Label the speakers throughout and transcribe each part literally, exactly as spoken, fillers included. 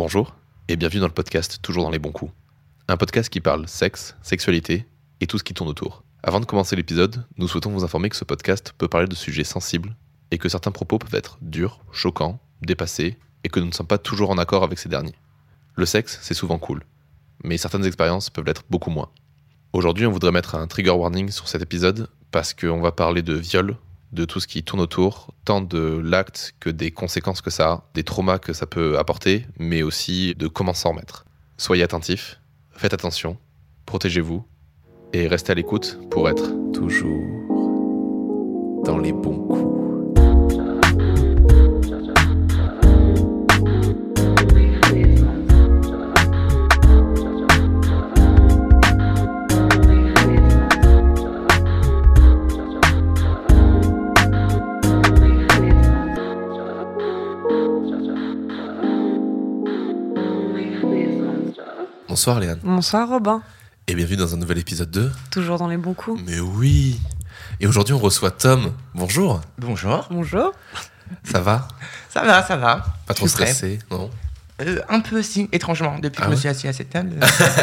Speaker 1: Bonjour et bienvenue dans le podcast Toujours dans les bons coups. Un podcast qui parle sexe, sexualité et tout ce qui tourne autour. Avant de commencer l'épisode, nous souhaitons vous informer que ce podcast peut parler de sujets sensibles et que certains propos peuvent être durs, choquants, dépassés et que nous ne sommes pas toujours en accord avec ces derniers. Le sexe, c'est souvent cool, mais certaines expériences peuvent l'être beaucoup moins. Aujourd'hui, on voudrait mettre un trigger warning sur cet épisode parce qu'on va parler de viol, de tout ce qui tourne autour, tant de l'acte que des conséquences que ça a, des traumas que ça peut apporter, mais aussi de comment s'en remettre. Soyez attentifs, faites attention, protégez-vous et restez à l'écoute pour être toujours dans les bons coups. Bonsoir Léane.
Speaker 2: Bonsoir Robin.
Speaker 1: Et bienvenue dans un nouvel épisode de...
Speaker 2: Toujours dans les bons coups.
Speaker 1: Mais oui. Et aujourd'hui on reçoit Tom. Bonjour.
Speaker 3: Bonjour.
Speaker 2: Bonjour.
Speaker 1: Ça va?
Speaker 3: Ça va, ça va.
Speaker 1: Pas trop stressé, non?
Speaker 3: euh, Un peu aussi, étrangement, depuis
Speaker 1: ah
Speaker 3: que
Speaker 1: ouais
Speaker 3: je me suis assis à cette table.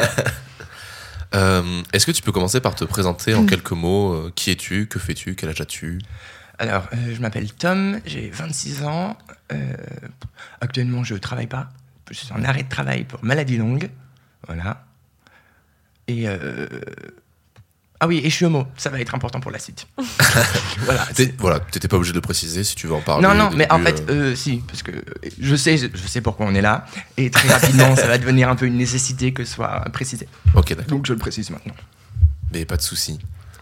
Speaker 1: euh, Est-ce que tu peux commencer par te présenter en quelques mots? euh, Qui es-tu? Que fais-tu? Quel âge as-tu?
Speaker 3: Alors, euh, je m'appelle Tom, j'ai vingt-six ans. Euh, actuellement, je ne travaille pas. Je suis en arrêt de travail pour maladie longue. Voilà. Et... Euh... Ah oui, et je suis homo. Ça va être important pour la suite.
Speaker 1: Voilà. T'es, voilà, t'étais pas obligé de le préciser si tu veux en parler.
Speaker 3: Non, non, mais
Speaker 1: début,
Speaker 3: en fait, euh... Euh, si, parce que je sais, je sais pourquoi on est là. Et très rapidement, ça va devenir un peu une nécessité que ce soit précisé.
Speaker 1: Ok, d'accord.
Speaker 3: Donc je le précise maintenant.
Speaker 1: Mais pas de souci.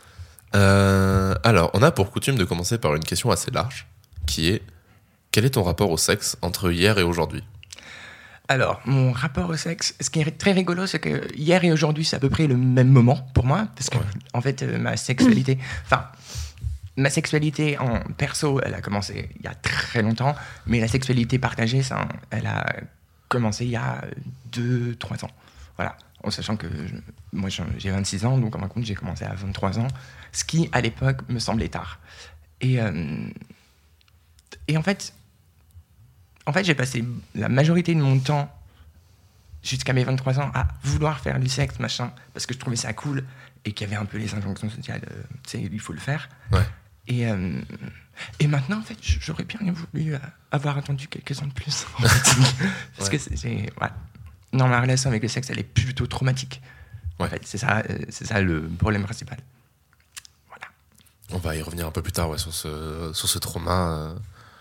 Speaker 1: Euh, alors, on a pour coutume de commencer par une question assez large, qui est: quel est ton rapport au sexe entre hier et aujourd'hui?
Speaker 3: Alors, mon rapport au sexe, ce qui est très rigolo, c'est que hier et aujourd'hui, c'est à peu près le même moment pour moi, parce que, ouais. en fait, euh, ma sexualité, enfin, ma sexualité en perso, elle a commencé il y a très longtemps, mais la sexualité partagée, ça, elle a commencé il y a deux trois ans. Voilà, en sachant que je, moi, j'ai vingt-six ans, donc en fin de compte, j'ai commencé à vingt-trois ans, ce qui, à l'époque, me semblait tard. Et, euh, et en fait... En fait, j'ai passé la majorité de mon temps, jusqu'à mes vingt-trois ans, à vouloir faire du sexe, machin, parce que je trouvais ça cool, et qu'il y avait un peu les injonctions sociales, euh, tu sais, il faut le faire.
Speaker 1: Ouais.
Speaker 3: Et, euh, et maintenant, en fait, j'aurais bien voulu euh, avoir attendu quelques ans de plus. En fait. Parce ouais. que c'est... c'est ouais. Non, ma relation avec le sexe, elle est plutôt traumatique. Ouais. En fait, c'est ça, euh, c'est ça le problème principal. Voilà.
Speaker 1: On va y revenir un peu plus tard ouais, sur, ce, sur ce trauma... Euh...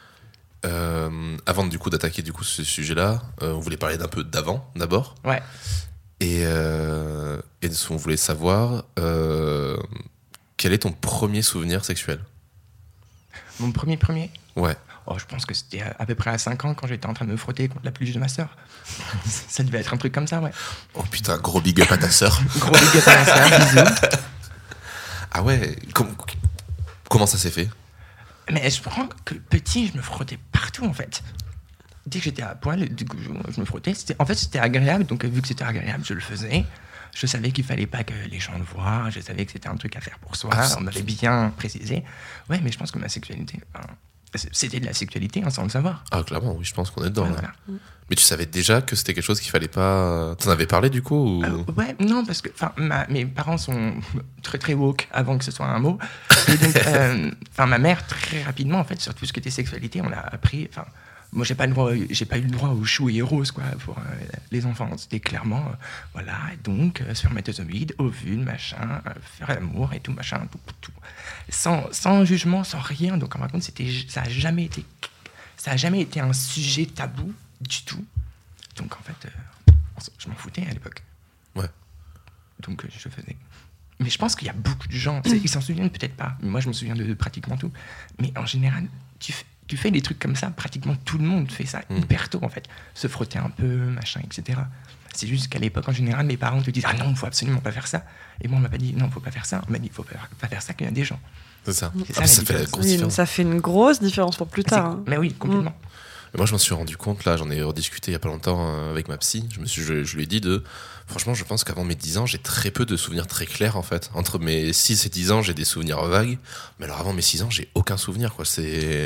Speaker 1: Euh, avant du coup d'attaquer du coup ce sujet-là, euh, on voulait parler d'un peu d'avant d'abord.
Speaker 3: Ouais.
Speaker 1: Et, euh, et de ce qu'on voulait savoir, euh, quel est ton premier souvenir sexuel?
Speaker 3: Mon premier premier.
Speaker 1: Ouais.
Speaker 3: Oh, je pense que c'était à, à peu près à cinq ans quand j'étais en train de me frotter contre la peluche de ma sœur. Ça devait être un truc comme ça, ouais.
Speaker 1: Oh putain, gros big up à ta sœur.
Speaker 3: Gros big up à ma sœur, bisous.
Speaker 1: Ah ouais. Com- comment ça s'est fait?
Speaker 3: Mais je prends que petit, je me frottais partout, en fait. Dès que j'étais à poil, du coup, je, je me frottais. C'était, en fait, c'était agréable, donc vu que c'était agréable, je le faisais. Je savais qu'il fallait pas que les gens le voient. Je savais que c'était un truc à faire pour soi. Ah, on m'avait bien précisé. Ouais, mais je pense que ma sexualité... Enfin, c'était de la sexualité, hein, sans le savoir.
Speaker 1: Ah, clairement, oui, je pense qu'on est dedans.
Speaker 3: Ouais,
Speaker 1: là.
Speaker 3: voilà.
Speaker 1: Mais tu savais déjà que c'était quelque chose qu'il fallait pas... T'en avais parlé, du coup ou...
Speaker 3: euh, Ouais, non, parce que ma, mes parents sont très, très woke avant que ce soit un mot. Et donc, euh, ma mère, très rapidement, en fait, sur tout ce qui était sexualité, on a appris... Moi, j'ai pas, le droit, j'ai pas eu le droit aux choux et roses, quoi, pour euh, les enfants. C'était clairement, euh, voilà, donc, euh, spermatozoïdes, ovules, machin, euh, faire l'amour et tout, machin, tout, tout. Sans, sans jugement, sans rien. Donc, en fin de compte, c'était, ça a jamais été, ça a jamais été un sujet tabou du tout. Donc, en fait, euh, je m'en foutais à l'époque.
Speaker 1: Ouais.
Speaker 3: Donc, euh, je faisais. Mais je pense qu'il y a beaucoup de gens, ils s'en souviennent peut-être pas. Moi, je me souviens de, de pratiquement tout. Mais en général, tu fais. Tu fais des trucs comme ça, pratiquement tout le monde fait ça mmh. hyper tôt en fait. Se frotter un peu, machin, et cetera. C'est juste qu'à l'époque, en général, mes parents te disent « Ah non, il faut absolument pas faire ça ». Et moi, on m'a pas dit « Non, il faut pas faire ça ». On m'a dit « Il faut pas faire ça qu'il y a des gens ».
Speaker 1: C'est ça.
Speaker 3: C'est
Speaker 1: ça,
Speaker 3: ça,
Speaker 1: ça fait la grosse
Speaker 2: oui,
Speaker 1: différence.
Speaker 2: Ça fait une grosse différence pour plus tard. Hein.
Speaker 3: Mais oui, complètement.
Speaker 1: Mmh. Moi, je m'en suis rendu compte, là, j'en ai rediscuté il y a pas longtemps avec ma psy. Je, me suis, je, je lui ai dit de... Franchement, je pense qu'avant mes dix ans, j'ai très peu de souvenirs très clairs, en fait. Entre mes six et dix ans, j'ai des souvenirs vagues. Mais alors, avant mes six ans, j'ai aucun souvenir, quoi. C'est...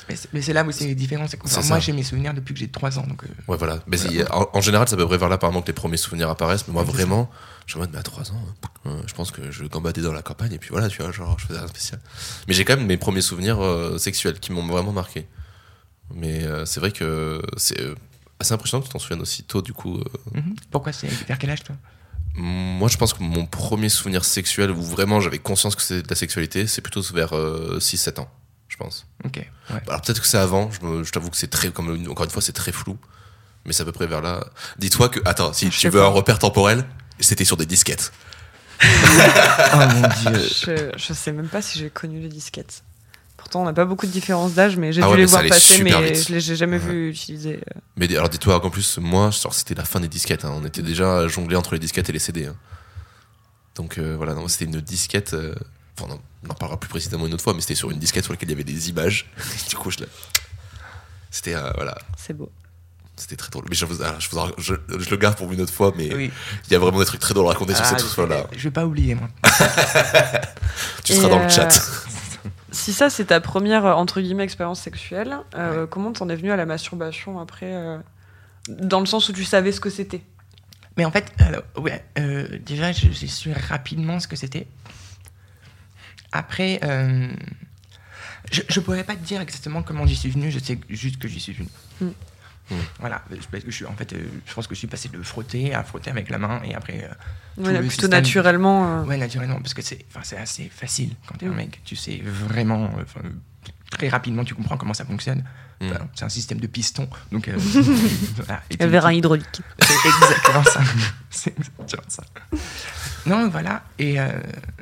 Speaker 3: Mais c'est, mais c'est là où c'est différent. C'est que, enfin,
Speaker 1: C'est
Speaker 3: moi,
Speaker 1: ça.
Speaker 3: j'ai mes souvenirs depuis que j'ai trois ans. Donc, euh,
Speaker 1: Ouais, voilà. Mais
Speaker 3: Voilà.
Speaker 1: c'est- en, en général, c'est à peu près vers là, apparemment, que les premiers souvenirs apparaissent. Mais moi,
Speaker 3: Ouais, c'est
Speaker 1: vraiment, je suis en mode, mais à trois ans, euh, je pense que je gambadais dans la campagne, et puis voilà, tu vois, genre, je faisais rien de spécial. Mais j'ai quand même mes premiers souvenirs euh, sexuels qui m'ont vraiment marqué. Mais euh, c'est vrai que c'est euh, assez impressionnant que tu t'en souviennes aussi tôt, du coup. euh.
Speaker 3: mhm. Pourquoi c'est vers quel âge, toi?
Speaker 1: Moi, je pense que mon premier souvenir sexuel où vraiment j'avais conscience que c'était de la sexualité, c'est plutôt vers euh, six sept ans, je pense.
Speaker 3: Ok. Ouais.
Speaker 1: Alors peut-être que c'est avant, je, me- je t'avoue que c'est très, comme encore une fois, c'est très flou, mais c'est à peu près vers là. Dis-toi que, attends, si
Speaker 2: Je
Speaker 1: tu
Speaker 2: sais
Speaker 1: veux
Speaker 2: pas.
Speaker 1: un repère temporel, c'était sur des disquettes.
Speaker 3: Oh mon dieu.
Speaker 2: Je, je sais même pas si j'ai connu les disquettes. Pourtant, on n'a pas beaucoup de différence d'âge, mais j'ai
Speaker 1: Ah
Speaker 2: dû
Speaker 1: ouais,
Speaker 2: les
Speaker 1: mais ça
Speaker 2: voir
Speaker 1: allait
Speaker 2: passer,
Speaker 1: super
Speaker 2: mais
Speaker 1: vite.
Speaker 2: je les ai jamais
Speaker 1: Ouais.
Speaker 2: vus utiliser.
Speaker 1: Mais dis- alors dis-toi qu'en plus, moi, genre, c'était la fin des disquettes, hein. On était déjà jonglé entre les disquettes et les C D. Hein. Donc euh, voilà, non, c'était une disquette. euh, Enfin, non, on en parlera plus précisément une autre fois, mais c'était sur une disquette sur laquelle il y avait des images. Du coup, je l'ai. C'était euh, voilà,
Speaker 2: C'est beau.
Speaker 1: c'était très drôle. Mais je, vous, alors, je, vous en- je, je le garde pour une autre fois, mais il
Speaker 3: Oui.
Speaker 1: y a vraiment des trucs très drôles à raconter sur
Speaker 3: Ah,
Speaker 1: cette
Speaker 3: je,
Speaker 1: histoire-là.
Speaker 3: je vais pas oublier, moi.
Speaker 1: Tu
Speaker 2: Et
Speaker 1: seras dans le
Speaker 2: euh,
Speaker 1: chat.
Speaker 2: Si ça, c'est ta première, euh, entre guillemets, expérience sexuelle, euh, comment t'en es venu à la masturbation après euh, dans le sens où tu savais ce que c'était?
Speaker 3: Mais en fait, alors, ouais, euh, déjà, je- j'ai su rapidement ce que c'était. Après, euh, je ne pourrais pas te dire exactement comment j'y suis venu, je sais juste que j'y suis venu.
Speaker 2: Mm.
Speaker 1: Mm.
Speaker 3: Voilà, parce que je suis, en fait, euh, je pense que je suis passé de frotter à frotter avec la main, et après, euh,
Speaker 2: Ouais,
Speaker 3: le
Speaker 2: plutôt
Speaker 3: système-
Speaker 2: naturellement. euh,
Speaker 3: ouais, naturellement, parce que c'est, enfin, c'est assez facile quand t'es un
Speaker 2: Mm.
Speaker 3: mec, tu sais vraiment, euh, enfin, très rapidement, tu comprends comment ça fonctionne.
Speaker 1: Mm.
Speaker 3: Enfin, c'est un système de piston, donc... euh, voilà, et
Speaker 2: Un
Speaker 3: puis-
Speaker 2: verre hydraulique.
Speaker 3: c'est exactement ça. C'est exactement ça. Non, voilà. Et euh,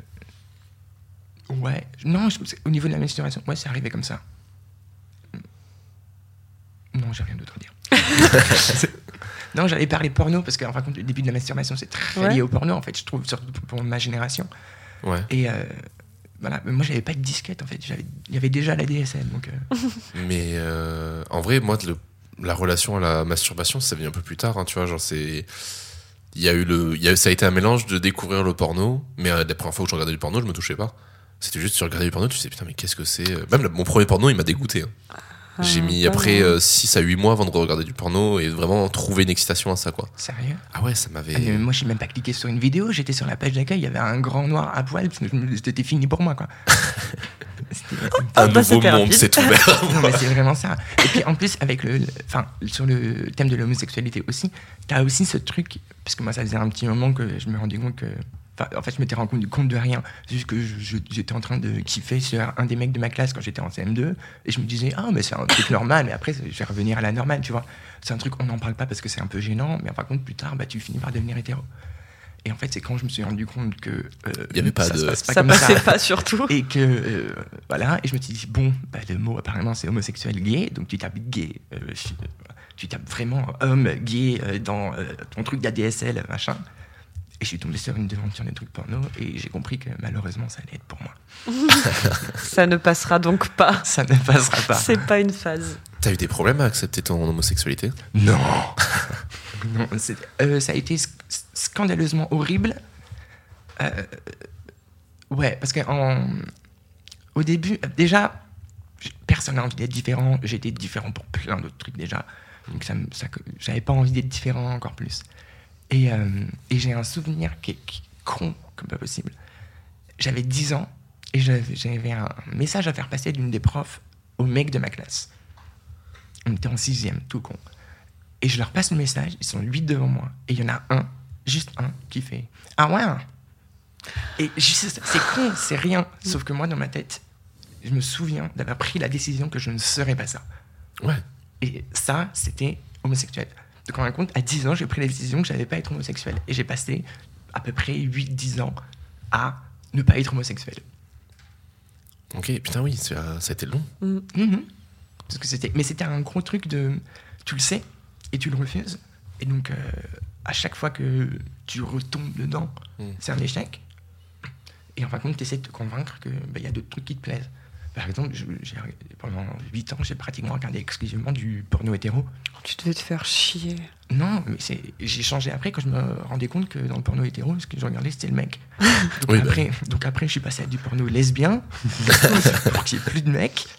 Speaker 3: ouais. Non, je- au niveau de la masturbation, ouais, c'est arrivé comme ça. Non, j'ai rien d'autre à dire. Non, j'allais parler porno parce que, en fin de compte, le début de la masturbation, c'est très
Speaker 2: Ouais.
Speaker 3: lié au porno, en fait, je trouve, surtout pour ma génération.
Speaker 1: Ouais.
Speaker 3: Et euh, voilà, mais moi, j'avais pas de disquette, en fait. J'avais- Il y avait déjà la D S L, donc. euh,
Speaker 1: Mais euh, en vrai, moi, le- la relation à la masturbation, ça vient un peu plus tard, hein, tu vois, genre c'est... Il y a eu le, il y a, ça a été un mélange de découvrir le porno, mais euh, la première fois où je regardais du porno, je me touchais pas. C'était juste, tu regardais du porno, tu sais, putain, mais qu'est-ce que c'est? Même le- mon premier porno, il m'a dégoûté. hein. J'ai
Speaker 2: Ah,
Speaker 1: mis
Speaker 2: pas
Speaker 1: après
Speaker 2: mal.
Speaker 1: euh, six à huit mois avant de regarder du porno et vraiment trouver une excitation à ça, quoi.
Speaker 3: Sérieux?
Speaker 1: Ah ouais, ça m'avait...
Speaker 3: Ah, mais moi, j'ai même pas cliqué sur une vidéo, j'étais sur la page d'accueil, il y avait un grand noir à poil, parce que je me- c'était fini pour moi, quoi. C'était-
Speaker 1: Un
Speaker 2: Ah, bah,
Speaker 1: nouveau
Speaker 2: c'était
Speaker 1: monde
Speaker 2: rapide.
Speaker 1: s'est ouvert.
Speaker 3: Non, mais c'est vraiment ça. Et puis en plus, avec le, le- enfin, sur le thème de l'homosexualité aussi, t'as aussi ce truc, parce que moi, ça faisait un petit moment que je me rendais compte que. Enfin, en fait, je m'étais rendu compte de rien. C'est juste que je- je- j'étais en train de kiffer sur un des mecs de ma classe quand j'étais en C M deux, et je me disais, ah, mais c'est un truc normal, mais après, je vais revenir à la normale, tu vois. C'est un truc, on n'en parle pas parce que c'est un peu gênant, mais par contre, plus tard, bah, tu finis par devenir hétéro. Et en fait, c'est quand je me suis rendu compte que. euh,
Speaker 1: Il y avait pas
Speaker 3: ça
Speaker 1: de-
Speaker 3: se passe pas
Speaker 2: Ça
Speaker 3: comme
Speaker 2: passait
Speaker 3: ça.
Speaker 2: pas surtout.
Speaker 3: Et que, euh, voilà, et je me suis dit, bon, bah, le mot apparemment c'est homosexuel gay, donc tu tapes gay, euh, fi- tu tapes vraiment homme gay euh, dans euh, ton truc d'A D S L, machin. Et je suis tombé sur une devanture des trucs porno, et j'ai compris que malheureusement ça allait être pour moi.
Speaker 2: Ça ne passera donc pas.
Speaker 3: Ça ne passera pas.
Speaker 2: C'est pas une phase.
Speaker 1: T'as eu des problèmes à accepter ton homosexualité?
Speaker 3: Non Non, c'est- euh, ça a été sc- scandaleusement horrible. Euh, ouais, parce qu'au début, euh, déjà, j- personne n'a envie d'être différent. J'étais différent pour plein d'autres trucs déjà. Donc ça, me- ça, j'avais pas envie d'être différent encore plus. Et, euh, et j'ai un souvenir qui est, qui est con comme pas possible. J'avais dix ans et j'avais, j'avais un message à faire passer d'une des profs au mec de ma classe. On était en sixième, tout con. Et je leur passe le message, ils sont huit devant moi. Et il y en a un, juste un, qui fait « Ah ouais !» Et juste, c'est con, c'est rien. Sauf que moi, dans ma tête, je me souviens d'avoir pris la décision que je ne serais pas ça.
Speaker 1: Ouais.
Speaker 3: Et ça, c'était homosexuel. Donc, en fin de compte, à dix ans, j'ai pris la décision que je n'allais pas être homosexuel. Et j'ai passé à peu près huit dix ans à ne pas être homosexuel.
Speaker 1: Ok, putain, oui, ça, ça a été long.
Speaker 2: Mm.
Speaker 3: Mhm. Parce que c'était, mais c'était un gros truc de, tu le sais et tu le refuses. Et donc, euh, à chaque fois que tu retombes dedans,
Speaker 1: Mm.
Speaker 3: c'est un échec. Et en fin de compte, tu essaies de te convaincre qu'il bah, y a d'autres trucs qui te plaisent. Par exemple, je- j'ai, pendant huit ans, j'ai pratiquement regardé exclusivement du porno hétéro.
Speaker 2: Tu devais te faire chier.
Speaker 3: Non, mais c'est, j'ai changé après quand je me rendais compte que dans le porno hétéro, ce que je regardais, c'était le mec. Donc,
Speaker 1: Oui, bah.
Speaker 3: après, donc après, je suis passé à du porno lesbien pour qu'il n'y ait plus de mecs.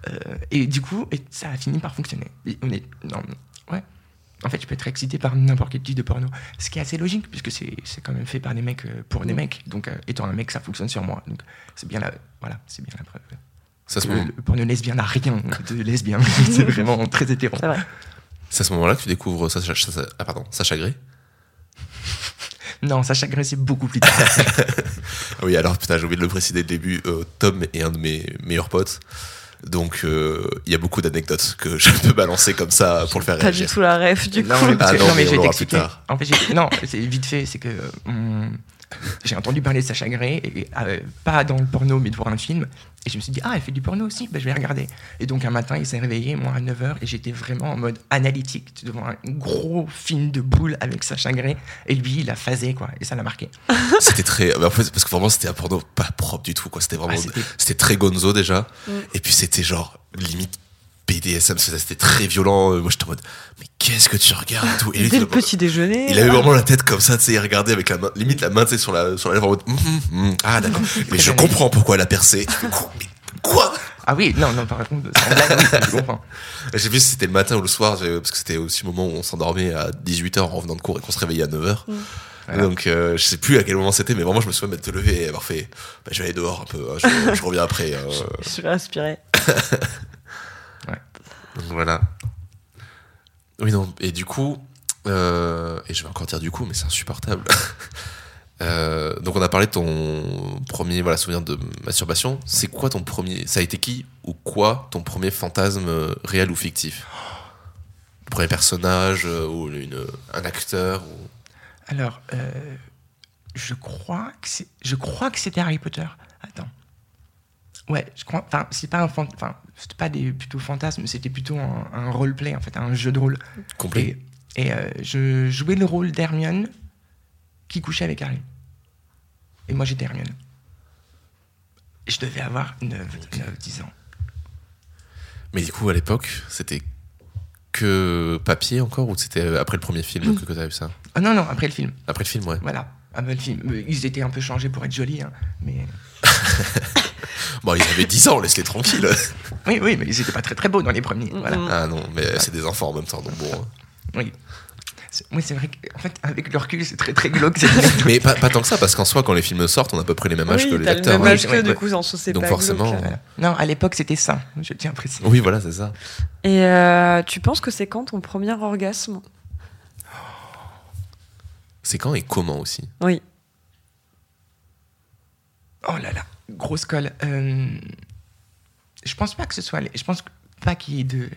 Speaker 3: Euh, et du coup, et ça a fini par fonctionner. Et on est, non, ouais. En fait, je peux être excité par n'importe quel type de porno. Ce qui est assez logique, puisque c'est, c'est quand même fait par des mecs euh, pour des mecs. Donc, euh, étant un mec, ça fonctionne sur moi. Donc, c'est bien la, voilà, c'est bien la preuve.
Speaker 1: C'est à ce
Speaker 3: Le,
Speaker 1: moment...
Speaker 3: le porno lesbien n'a rien de lesbien. C'est vraiment très hétéro.
Speaker 2: C'est vrai.
Speaker 1: C'est à ce moment-là que tu découvres Sacha, Sacha, ah, pardon, Sacha Grey.
Speaker 3: Non, Sacha Grey, c'est beaucoup plus tard.
Speaker 1: Oui, alors putain, j'ai oublié de le préciser dès le début. Euh, Tom est un de mes meilleurs potes. Donc, il euh, y a beaucoup d'anecdotes que je peux balancer comme ça pour le faire
Speaker 2: Pas
Speaker 1: réagir.
Speaker 2: du tout la ref, du
Speaker 3: non,
Speaker 2: coup.
Speaker 3: mais, parce que-
Speaker 1: Ah non,
Speaker 3: non, mais
Speaker 1: mais
Speaker 3: je
Speaker 1: on
Speaker 3: vais
Speaker 1: l'aura
Speaker 3: t'expliquer.
Speaker 1: plus tard.
Speaker 3: En fait, j'ai- non, c'est vite fait, c'est que euh, on- j'ai entendu parler de Sacha Grey, et, euh, pas dans le porno, mais devant un film. Et je me suis dit, ah, elle fait du porno aussi, ben, je vais regarder. Et donc, un matin, il s'est réveillé, moi, à neuf heures, et j'étais vraiment en mode analytique, devant un gros film de boule avec Sacha Grey. Et lui, il a phasé, quoi. Et ça l'a marqué.
Speaker 1: C'était très. En fait, parce que vraiment, c'était un porno pas propre du tout, quoi. C'était vraiment.
Speaker 3: Ah, c'était-
Speaker 1: c'était très gonzo déjà.
Speaker 2: Mm.
Speaker 1: Et puis, c'était genre, limite B D S M. C'était très violent. Moi, j'étais en mode, mais qu'est-ce que tu regardes et tout. Et lui,
Speaker 2: Dès
Speaker 1: il
Speaker 2: le
Speaker 1: avait-
Speaker 2: petit déjeuner.
Speaker 1: Il avait vraiment la tête comme ça, tu sais, il regardait avec la main, limite la main, tu sais, sur la, sur la lèvre en mode, hum, hum, hum, ah d'accord, mais je comprends pourquoi elle a percé. Tu fais, quoi, mais quoi?
Speaker 3: Ah oui, non, non, par contre, sans blague, oui, je comprends.
Speaker 1: J'ai vu si c'était le matin ou le soir, j'ai- parce que c'était aussi le moment où on s'endormait à dix-huit heures en revenant de cours et qu'on se réveillait à neuf heures.
Speaker 2: Mm.
Speaker 3: Voilà.
Speaker 1: Donc, euh, je sais plus à quel moment c'était, mais vraiment, je me souviens de te lever et avoir fait, bah, je vais aller dehors un peu, hein, je, je reviens après. euh.
Speaker 2: Je vais respirer.
Speaker 1: Donc voilà. Oui, non, et du coup, euh, et je vais encore dire du coup, mais c'est insupportable. Euh, donc on a parlé de ton premier voilà, souvenir de masturbation. C'est quoi ton premier... Ça a été qui ou quoi ton premier fantasme euh, réel ou fictif? Le premier personnage euh, ou une, un acteur ou...
Speaker 3: Alors, euh, je crois que c'est, je crois que c'était Harry Potter. Attends. Ouais, je crois. Enfin, c'est pas un fant- enfin, c'était pas des plutôt fantasmes, c'était plutôt un, un roleplay en fait, un jeu de rôle.
Speaker 1: complet.
Speaker 3: Et, et euh, je jouais le rôle d'Hermione qui couchait avec Harry. Et moi j'étais Hermione. Et je devais avoir neuf, dix ans.
Speaker 1: Mais du coup, à l'époque, c'était que papier encore ou c'était après le premier film
Speaker 3: Mm.
Speaker 1: que, que t'as vu ça?
Speaker 3: Ah non, non, après le film.
Speaker 1: Après le film, ouais.
Speaker 3: Voilà. Après le film. Euh, Ils étaient un peu changés pour être jolis, hein, mais.
Speaker 1: Bon, ils avaient dix ans, laisse-les tranquilles.
Speaker 3: Oui, oui, mais ils étaient pas très très beaux dans les premiers. Voilà.
Speaker 2: Mm.
Speaker 1: Ah non, mais c'est des enfants en même temps, donc bon. hein.
Speaker 3: Oui. C'est- Oui, c'est vrai qu'en fait, avec le recul, c'est très très glauque. cette-
Speaker 1: Mais pas, pas tant que ça, parce qu'en soi, quand les films sortent, on a à peu près les mêmes âges
Speaker 2: Oui,
Speaker 1: que les
Speaker 2: t'as le
Speaker 1: acteurs.
Speaker 2: même
Speaker 1: hein.
Speaker 2: âge que,
Speaker 3: Oui,
Speaker 2: du
Speaker 3: ouais.
Speaker 2: coup, en soi, c'est
Speaker 1: Donc
Speaker 2: pas
Speaker 1: forcément,
Speaker 2: glauque.
Speaker 3: Voilà. Non, à l'époque, c'était ça, je tiens à préciser.
Speaker 1: Oui, voilà, c'est ça.
Speaker 2: Et euh, tu penses que c'est quand ton premier orgasme?
Speaker 1: C'est quand et comment aussi?
Speaker 2: Oui.
Speaker 3: Oh là là, grosse colle. Euh, je pense pas que ce soit. les- Je pense pas qu'il y ait de.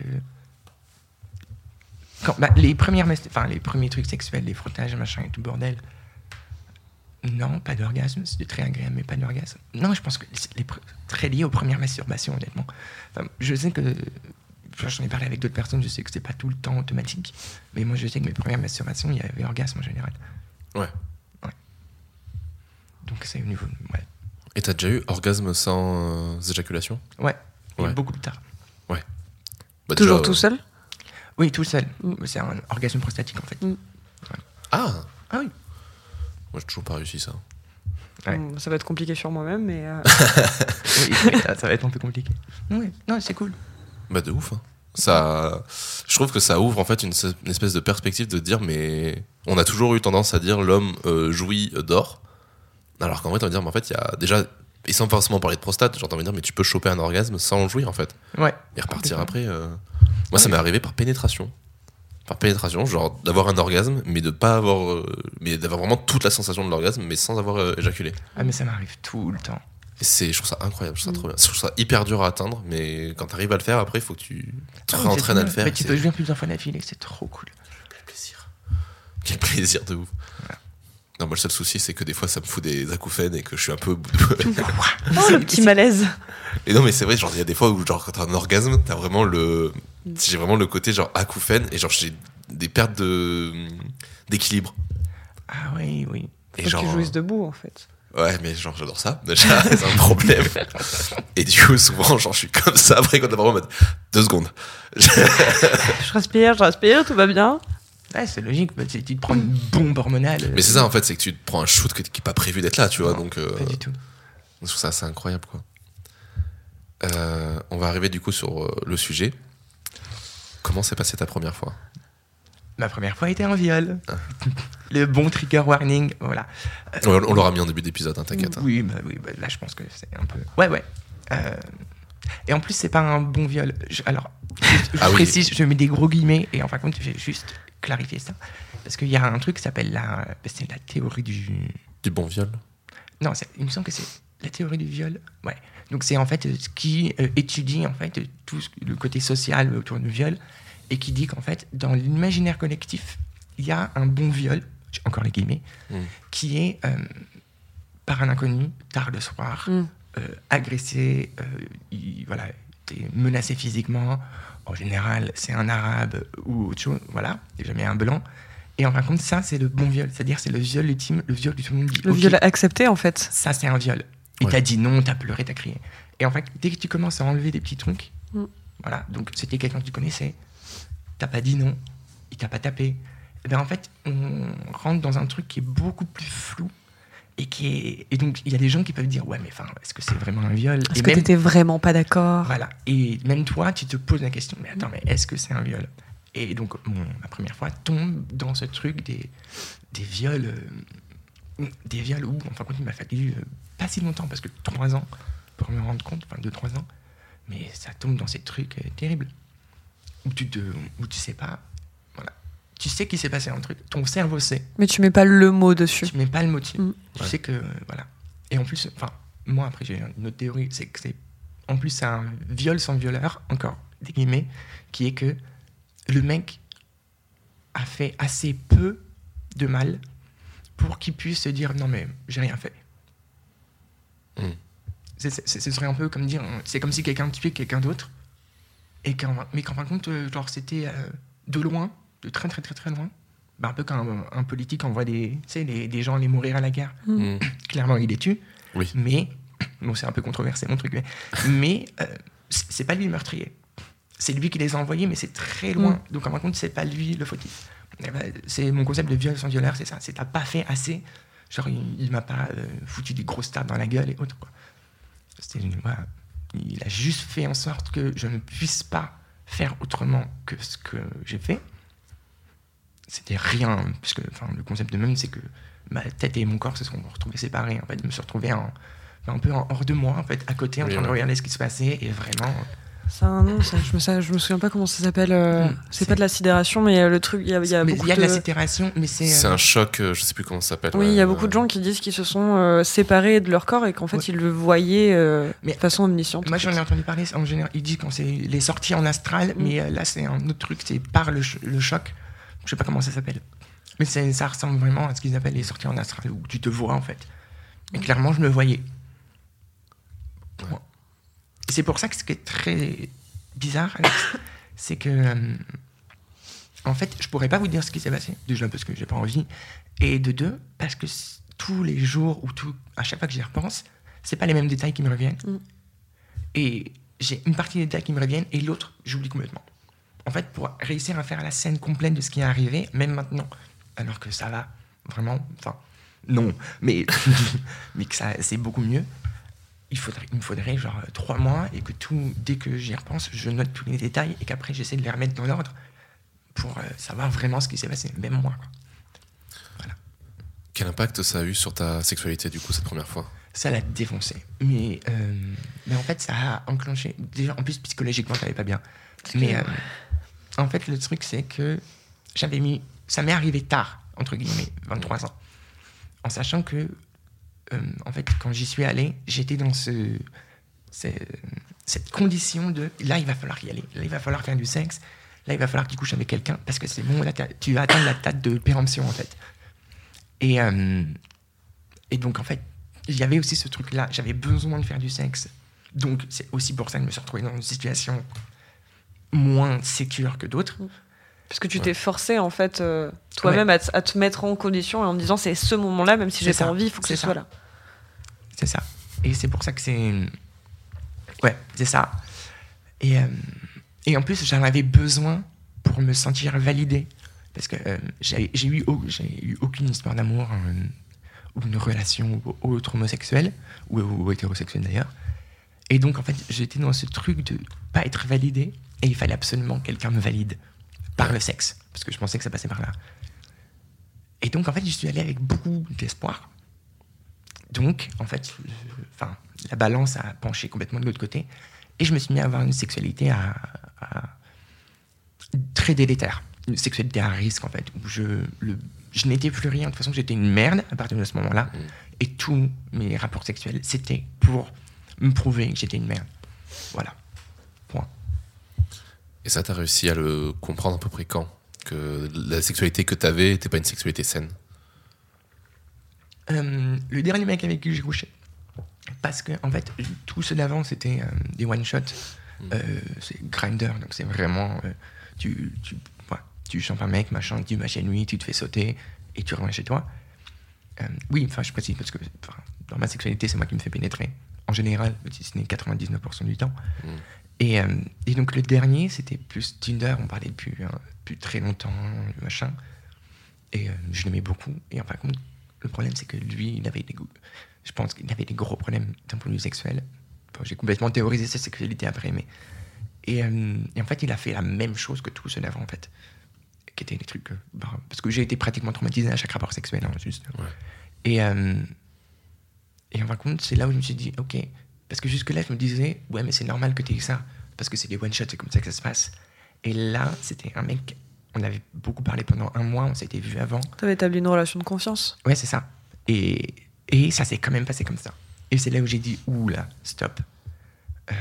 Speaker 3: Quand, bah, les premières, mas- enfin les premiers trucs sexuels, les frottages, machin et tout bordel. Non, pas d'orgasme. C'était très agréable, mais pas d'orgasme. Non, je pense que c'est les pr- très lié aux premières masturbations, honnêtement. Enfin, je sais que. J'en ai parlé avec d'autres personnes, je sais que c'est pas tout le temps automatique. Mais moi, je sais que mes premières masturbations, il y avait orgasme en général.
Speaker 1: Ouais.
Speaker 3: Ouais. Donc, c'est au niveau. Ouais.
Speaker 1: Et t'as déjà eu orgasme sans euh, éjaculation?
Speaker 3: Ouais. Et
Speaker 1: Ouais.
Speaker 3: beaucoup plus tard.
Speaker 1: Bah,
Speaker 2: Toujours
Speaker 1: déjà,
Speaker 2: tout
Speaker 1: euh,
Speaker 2: seul?
Speaker 3: Oui, tout seul.
Speaker 2: Mm.
Speaker 3: C'est un orgasme prostatique, en fait.
Speaker 2: Mm.
Speaker 1: Ah
Speaker 3: Ah oui.
Speaker 1: Moi, j'ai toujours pas réussi ça.
Speaker 3: Ouais.
Speaker 2: Bon, ça va être compliqué sur moi-même, mais. euh,
Speaker 3: Oui, oui, ça, ça va être un peu compliqué. Oui, non, c'est cool.
Speaker 1: Bah, de ouf. hein. Ça, je trouve que ça ouvre en fait une, une espèce de perspective de dire, mais on a toujours eu tendance à dire l'homme euh, jouit, euh, dort. Alors qu'en vrai, on va dire, mais en fait, il y a déjà. Et sans forcément parler de prostate, j'ai envie de dire, mais tu peux choper un orgasme sans jouir en fait.
Speaker 3: Ouais.
Speaker 1: Et repartir
Speaker 3: Complètement.
Speaker 1: après. euh. Moi, ça m'est arrivé par pénétration. Par pénétration, genre d'avoir un orgasme, mais de pas avoir. euh, mais d'avoir vraiment toute la sensation de l'orgasme, mais sans avoir euh, éjaculé.
Speaker 3: Ah, mais ça m'arrive tout le temps.
Speaker 1: Et c'est, je trouve ça incroyable, je trouve ça
Speaker 2: Mm.
Speaker 1: trop bien. Je trouve ça hyper dur à atteindre, mais quand t'arrives à le faire, après, il faut que tu te
Speaker 3: Ah, mais
Speaker 1: réentraînes
Speaker 3: c'est
Speaker 1: à le
Speaker 3: bien.
Speaker 1: faire.
Speaker 3: Mais
Speaker 1: et
Speaker 3: tu
Speaker 1: c'est-
Speaker 3: peux jouer plusieurs fois d'affilée, c'est trop cool.
Speaker 1: Quel plaisir. Quel plaisir de ouf. Non, moi, le seul souci, c'est que des fois, ça me fout des acouphènes et que je suis un peu.
Speaker 2: Oh, le petit malaise!
Speaker 1: Et non, mais c'est vrai, genre, il y a des fois où, genre, quand t'as un orgasme, t'as vraiment le. J'ai vraiment le côté, genre, acouphène et, genre, j'ai des pertes de. d'équilibre.
Speaker 3: Ah oui, oui.
Speaker 1: Et
Speaker 2: Faut
Speaker 1: genre.
Speaker 2: que tu jouisses debout, en fait.
Speaker 1: Ouais, mais genre, j'adore ça. Déjà, c'est un problème. Et du coup, souvent, genre, je suis comme ça. Après, quand t'as vraiment en mode, deux secondes.
Speaker 2: Je respire, je respire, tout va bien.
Speaker 3: Ouais, c'est logique. Bah, tu, tu te prends une bombe hormonale.
Speaker 1: Mais c'est ça, en fait, c'est que tu te prends un shoot qui n'est pas prévu d'être là, tu vois.
Speaker 3: Non,
Speaker 1: Donc, euh,
Speaker 3: Pas du tout.
Speaker 1: je trouve ça assez incroyable, quoi. Euh, on va arriver du coup sur euh, le sujet. Comment s'est passée ta première fois ?
Speaker 3: Ma première fois était un viol. Ah. Le bon trigger warning, voilà.
Speaker 1: Euh, on, on l'aura mis en début d'épisode, hein, t'inquiète. Hein.
Speaker 3: Oui, bah, oui bah, là je pense que c'est un peu... Ouais, ouais. Euh... Et en plus, c'est pas un bon viol. Je, alors, je, je ah précise, oui. je mets des gros guillemets, et en fin de compte, je vais juste clarifier ça. Parce qu'il y a un truc qui s'appelle la, c'est la théorie du...
Speaker 1: Du bon viol ?
Speaker 3: Non, il me semble que c'est la théorie du viol. Ouais. Donc c'est en fait ce qui euh, étudie en fait tout ce, le côté social autour du viol, et qui dit qu'en fait, dans l'imaginaire collectif, il y a un bon viol, encore les guillemets, mmh. qui est euh, par un inconnu, tard le soir, mmh. euh, agressé, euh, il, voilà, menacé physiquement. En général, c'est un arabe ou autre chose, voilà, et jamais un blanc. Et en fin de compte, ça, c'est le bon viol. C'est-à-dire, c'est le viol ultime, le viol où tout le monde dit...
Speaker 2: Le okay, viol accepté, en fait.
Speaker 3: Ça, c'est un viol. Et ouais. T'as dit non, t'as pleuré, t'as crié. Et en fait, dès que tu commences à enlever des petits trucs, mm. voilà, donc c'était quelqu'un que tu connaissais, t'as pas dit non, il t'a pas tapé. Et bien en fait, on rentre dans un truc qui est beaucoup plus flou. Et, qui est... et donc, il y a des gens qui peuvent dire, ouais, mais enfin, est-ce que c'est vraiment un viol ?
Speaker 2: Est-ce
Speaker 3: et
Speaker 2: que
Speaker 3: même...
Speaker 2: t'étais vraiment pas d'accord ?
Speaker 3: Voilà. Et même toi, tu te poses la question, mais attends, mais est-ce que c'est un viol ? Et donc, mon, ma première fois tombe dans ce truc des, des viols, euh, des viols où, enfin, il m'a fallu euh, pas si longtemps, parce que trois ans pour me rendre compte, enfin, deux, trois ans, mais ça tombe dans ces trucs euh, terribles, où tu te, où tu sais pas, voilà, tu sais qu'il s'est passé un truc, ton cerveau sait.
Speaker 2: Mais tu mets pas le mot dessus.
Speaker 3: Tu mets pas le motif. Mmh. Tu
Speaker 1: ouais.
Speaker 3: sais que, euh, voilà. Et en plus, enfin, moi, après, j'ai une autre théorie, c'est que c'est, en plus, c'est un viol sans violeur, encore, des guillemets, qui est que le mec a fait assez peu de mal pour qu'il puisse se dire non mais j'ai rien fait. Mm. C'est, c'est, ce serait un peu comme dire, c'est comme si quelqu'un tuait quelqu'un d'autre, et qu'en, mais qu'en fin de compte, genre c'était euh, de loin, de très très très très loin, bah, un peu quand un, un politique envoie des, tu sais, les, des gens aller mourir à la guerre. Mm. Clairement il les tue,
Speaker 1: oui.
Speaker 3: mais bon c'est un peu controversé mon truc, mais, mais euh, c'est, c'est pas lui le meurtrier. C'est lui qui les a envoyés, mais c'est très loin. Mmh. Donc, en fin de compte, c'est pas lui le fautif. Et ben, c'est mon concept de viol sans violeur, c'est ça. C'est t'as pas fait assez. Genre, il, il m'a pas euh, foutu des grosses tapes dans la gueule et autres, quoi. C'était, voilà. Il a juste fait en sorte que je ne puisse pas faire autrement que ce que j'ai fait. C'était rien, puisque enfin, le concept de même, c'est que ma tête et mon corps se sont retrouvés séparés. En fait, je me suis retrouvé en, un peu en, hors de moi, en fait, à côté, en oui, train ouais. de regarder ce qui se passait, et vraiment...
Speaker 2: C'est un nom, ça. Je, me, ça, je me souviens pas comment ça s'appelle. Euh, mmh, c'est, c'est pas de la sidération, mais euh, le truc, il y a, y a beaucoup de...
Speaker 3: Il y a de la sidération, mais c'est...
Speaker 1: C'est
Speaker 3: euh...
Speaker 1: un choc, euh, je sais plus comment ça s'appelle.
Speaker 2: Oui, il ouais, y a euh... beaucoup de gens qui disent qu'ils se sont euh, séparés de leur corps et qu'en fait, ouais. ils le voyaient euh, mais, de façon omnisciente.
Speaker 3: Moi, j'en ai entendu parler, en général, ils disent qu'on c'est les sorties en astral, mmh. mais euh, là, c'est un autre truc, c'est par le, ch- le choc. Je sais pas comment ça s'appelle. Mais c'est, ça ressemble vraiment à ce qu'ils appellent les sorties en astral, où tu te vois, en fait. Et mmh. clairement, je me voyais. Ouais. Et c'est pour ça que ce qui est très... bizarre, Alex, c'est que euh, en fait, je pourrais pas vous dire ce qui s'est passé, déjà parce que j'ai pas envie, et de deux, parce que tous les jours ou tout, à chaque fois que j'y repense, c'est pas les mêmes détails qui me reviennent. Mm. Et j'ai une partie des détails qui me reviennent et l'autre, j'oublie complètement. En fait, pour réussir à faire la scène complète de ce qui est arrivé, même maintenant, alors que ça va vraiment, enfin, non, mais, mais que ça, c'est beaucoup mieux. Il, faudrait, il me faudrait genre trois mois et que tout, dès que j'y repense, je note tous les détails et qu'après j'essaie de les remettre dans l'ordre pour euh, savoir vraiment ce qui s'est passé, même moi. Quoi. Voilà.
Speaker 1: Quel impact ça a eu sur ta sexualité du coup cette première fois ?
Speaker 3: Ça l'a défoncé. Mais, euh, mais en fait, ça a enclenché. Déjà, en plus, psychologiquement, ça allait pas bien. Mais euh, en fait, le truc, c'est que j'avais mis. Ça m'est arrivé tard, entre guillemets, vingt-trois ans, en sachant que. Euh, en fait, quand j'y suis allé, j'étais dans ce, ce, cette condition de là, il va falloir y aller. Là, il va falloir faire du sexe. Là, il va falloir qu'il couche avec quelqu'un parce que c'est bon. Là, tu vas atteindre la date de péremption, en fait. Et, euh, et donc, en fait, il y avait aussi ce truc-là. J'avais besoin de faire du sexe. Donc, c'est aussi pour ça que je me suis retrouvé dans une situation moins sécure que d'autres.
Speaker 2: Parce que tu ouais. t'es forcé, en fait, euh, toi-même, ouais. à, t- à te mettre en condition et en disant c'est ce moment-là, même si c'est j'ai ça. Pas envie, il faut que
Speaker 3: c'est
Speaker 2: ce
Speaker 3: ça.
Speaker 2: soit là.
Speaker 3: C'est ça. Et c'est pour ça que c'est. Ouais, c'est ça. Et, euh, et en plus, j'en avais besoin pour me sentir validé. Parce que euh, j'ai, j'ai, eu, j'ai eu aucune histoire d'amour euh, ou une relation ou autre homosexuelle, ou, ou hétérosexuelle d'ailleurs. Et donc, en fait, j'étais dans ce truc de pas être validé et il fallait absolument que quelqu'un me valide par
Speaker 1: Ouais.
Speaker 3: le sexe. Parce que je pensais que ça passait par là. Et donc, en fait, je suis allé avec beaucoup d'espoir. Donc, en fait, je- enfin, la balance a penché complètement de l'autre côté. Et je me suis mis à avoir une sexualité à, à- très délétère. Une sexualité à risque, en fait. Où je, le, je n'étais plus rien. De toute façon, j'étais une merde à partir de ce moment-là.
Speaker 1: Mmh.
Speaker 3: Et tous mes rapports sexuels, c'était pour me prouver que j'étais une merde. Voilà. Point.
Speaker 1: Et ça, t'as réussi à le comprendre à peu près quand? Que la sexualité que t'avais n'était pas une sexualité saine?
Speaker 3: Euh, le dernier mec avec qui j'ai couché. Parce que, en fait, tout ceux d'avant, c'était euh, des one-shots.
Speaker 1: Mm.
Speaker 3: Euh, c'est Grindr, donc c'est vraiment. Euh, tu, tu, ouais, tu chopes un mec, machin, tu vas chez lui, tu te fais sauter et tu reviens chez toi. Euh, oui, enfin, je précise, parce que dans ma sexualité, c'est moi qui me fais pénétrer. En général, si ce n'est quatre-vingt-dix-neuf pour cent du temps.
Speaker 1: Mm.
Speaker 3: Et, euh, et donc, le dernier, c'était plus Tinder, on parlait depuis, hein, depuis très longtemps, machin. Et euh, je l'aimais beaucoup. Et en fin de compte, le problème, c'est que lui, il avait des goûts. Je pense qu'il avait des gros problèmes d'un point de vue sexuel. Enfin, j'ai complètement théorisé sa sexualité après, mais. Et, euh, et en fait, il a fait la même chose que tous ceux d'avant, en fait. Qui étaient des trucs. Euh, bah, parce que j'ai été pratiquement traumatisé à chaque rapport sexuel, hein, juste.
Speaker 1: Ouais.
Speaker 3: Et, euh, et en fin de compte, c'est là où je me suis dit, ok. Parce que jusque-là, je me disais, ouais, mais c'est normal que tu aies ça. Parce que c'est des one-shots, c'est comme ça que ça se passe. Et là, c'était un mec. On avait beaucoup parlé pendant un mois, on s'était vu avant.
Speaker 2: T'avais établi une relation de confiance.
Speaker 3: Ouais, c'est ça. Et, et ça s'est quand même passé comme ça. Et c'est là où j'ai dit, ouh là, stop. Euh,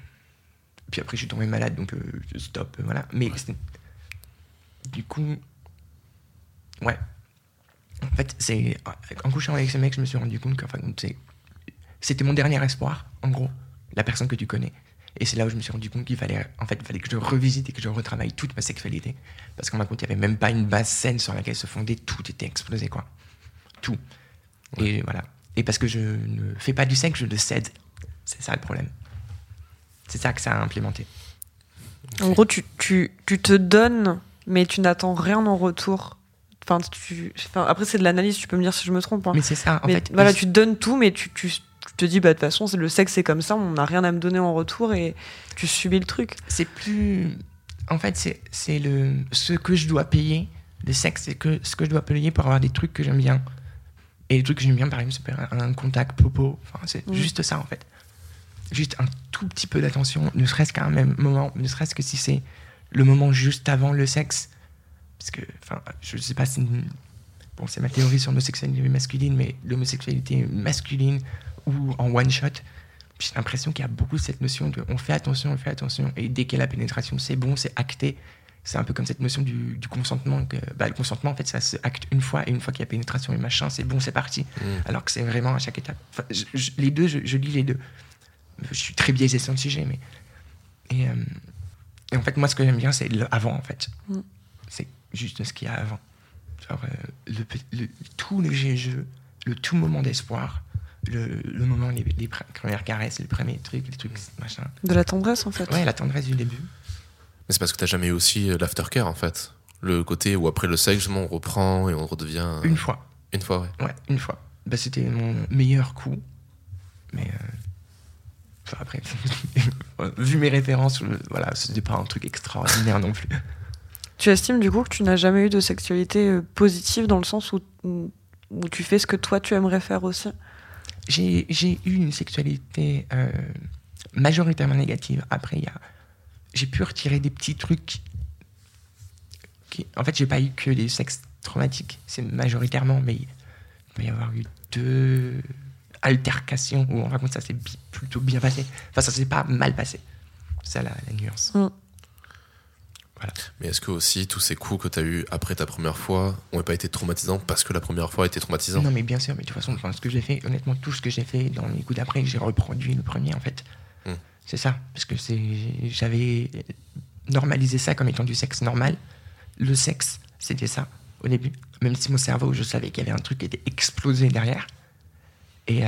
Speaker 3: puis après, je suis tombé malade, donc euh, stop, voilà. Mais
Speaker 1: Ouais.
Speaker 3: c'est- du coup, ouais. En fait, c'est en couchant avec ce mec, je me suis rendu compte qu'enfin, c'est, c'était mon dernier espoir, en gros, la personne que tu connais. Et c'est là où je me suis rendu compte qu'il fallait, en fait, il fallait que je revisite et que je retravaille toute ma sexualité. Parce qu'en fin de compte, il n'y avait même pas une base saine sur laquelle se fonder, tout était explosé, quoi. Tout.
Speaker 1: Ouais.
Speaker 3: Et voilà. Et parce que je ne fais pas du sexe, je le cède. C'est ça le problème. C'est ça que ça a implémenté.
Speaker 2: En gros, tu, tu, tu te donnes, mais tu n'attends rien en retour. Enfin, tu, enfin, après, c'est de l'analyse, tu peux me dire si je me trompe. Hein.
Speaker 3: Mais c'est ça, en
Speaker 2: Mais
Speaker 3: fait.
Speaker 2: voilà,
Speaker 3: il-
Speaker 2: tu te donnes tout, mais tu, tu, tu te dis, bah, de toute façon, c'est- le sexe, c'est comme ça, on n'a rien à me donner en retour et tu subis le truc.
Speaker 3: C'est plus. En fait, c'est, c'est le... ce que je dois payer. Le sexe, c'est que ce que je dois payer pour avoir des trucs que j'aime bien. Et les trucs que j'aime bien, par exemple, c'est un, un contact popo. Enfin, c'est
Speaker 2: Mm.
Speaker 3: juste ça, en fait. Juste un tout petit peu d'attention, ne serait-ce qu'à un même moment, ne serait-ce que si c'est le moment juste avant le sexe. Parce que, enfin, je sais pas si. Bon, c'est ma théorie sur l'homosexualité masculine, mais l'homosexualité masculine ou en one shot, j'ai l'impression qu'il y a beaucoup cette notion de on fait attention, on fait attention, et dès qu'il y a la pénétration, c'est bon, c'est acté. C'est un peu comme cette notion du, du consentement. Que, bah, le consentement, en fait, ça se acte une fois, et une fois qu'il y a pénétration et machin, c'est bon, c'est parti.
Speaker 1: Mm.
Speaker 3: Alors que c'est vraiment à chaque étape. Enfin, je- je- les deux, je, je lis les deux. Je suis très biaisé sur le sujet, mais. Et, euh, et en fait, moi, ce que j'aime bien, c'est le avant, en fait.
Speaker 2: Mm.
Speaker 3: C'est juste ce qu'il y a avant. Genre, euh, le, pe- le, tout le jeu, le tout moment d'espoir, le, le moment, les, les pre- premières caresses, les premiers trucs, les trucs, machin.
Speaker 2: De la tendresse, en fait.
Speaker 3: Ouais, la tendresse du début.
Speaker 1: Mais c'est parce que t'as jamais eu aussi euh, l'aftercare en fait. Le côté où après le sexe, justement, on reprend et on redevient. euh,
Speaker 3: Une fois.
Speaker 1: Une fois, ouais.
Speaker 3: Ouais, une fois. Bah, c'était mon meilleur coup. Mais. euh, enfin, après, vu mes références, je- voilà, c'était pas un truc extraordinaire non plus.
Speaker 2: Tu estimes, du coup, que tu n'as jamais eu de sexualité euh, positive dans le sens où, où tu fais ce que toi, tu aimerais faire aussi?
Speaker 3: J'ai, j'ai eu une sexualité euh, majoritairement négative. Après, il y a, j'ai pu retirer des petits trucs. Qui, en fait, j'ai pas eu que des sexes traumatiques. C'est majoritairement, mais il peut y avoir eu deux altercations où, en fin de compte, ça s'est bi- plutôt bien passé. Enfin, ça s'est pas mal passé. C'est ça la, la nuance.
Speaker 2: Mm.
Speaker 1: Mais est-ce que aussi tous ces coups que t'as eu après ta première fois ont pas été traumatisants parce que la première fois était traumatisante?
Speaker 3: Non, mais bien sûr, mais de toute façon, enfin, ce que j'ai fait, honnêtement, tout ce que j'ai fait dans les coups d'après, j'ai reproduit le premier, en fait.
Speaker 1: Mm.
Speaker 3: C'est ça, parce que c'est, j'avais normalisé ça comme étant du sexe normal. Le sexe, c'était ça, au début. Même si mon cerveau, je savais qu'il y avait un truc qui était explosé derrière. Et, euh,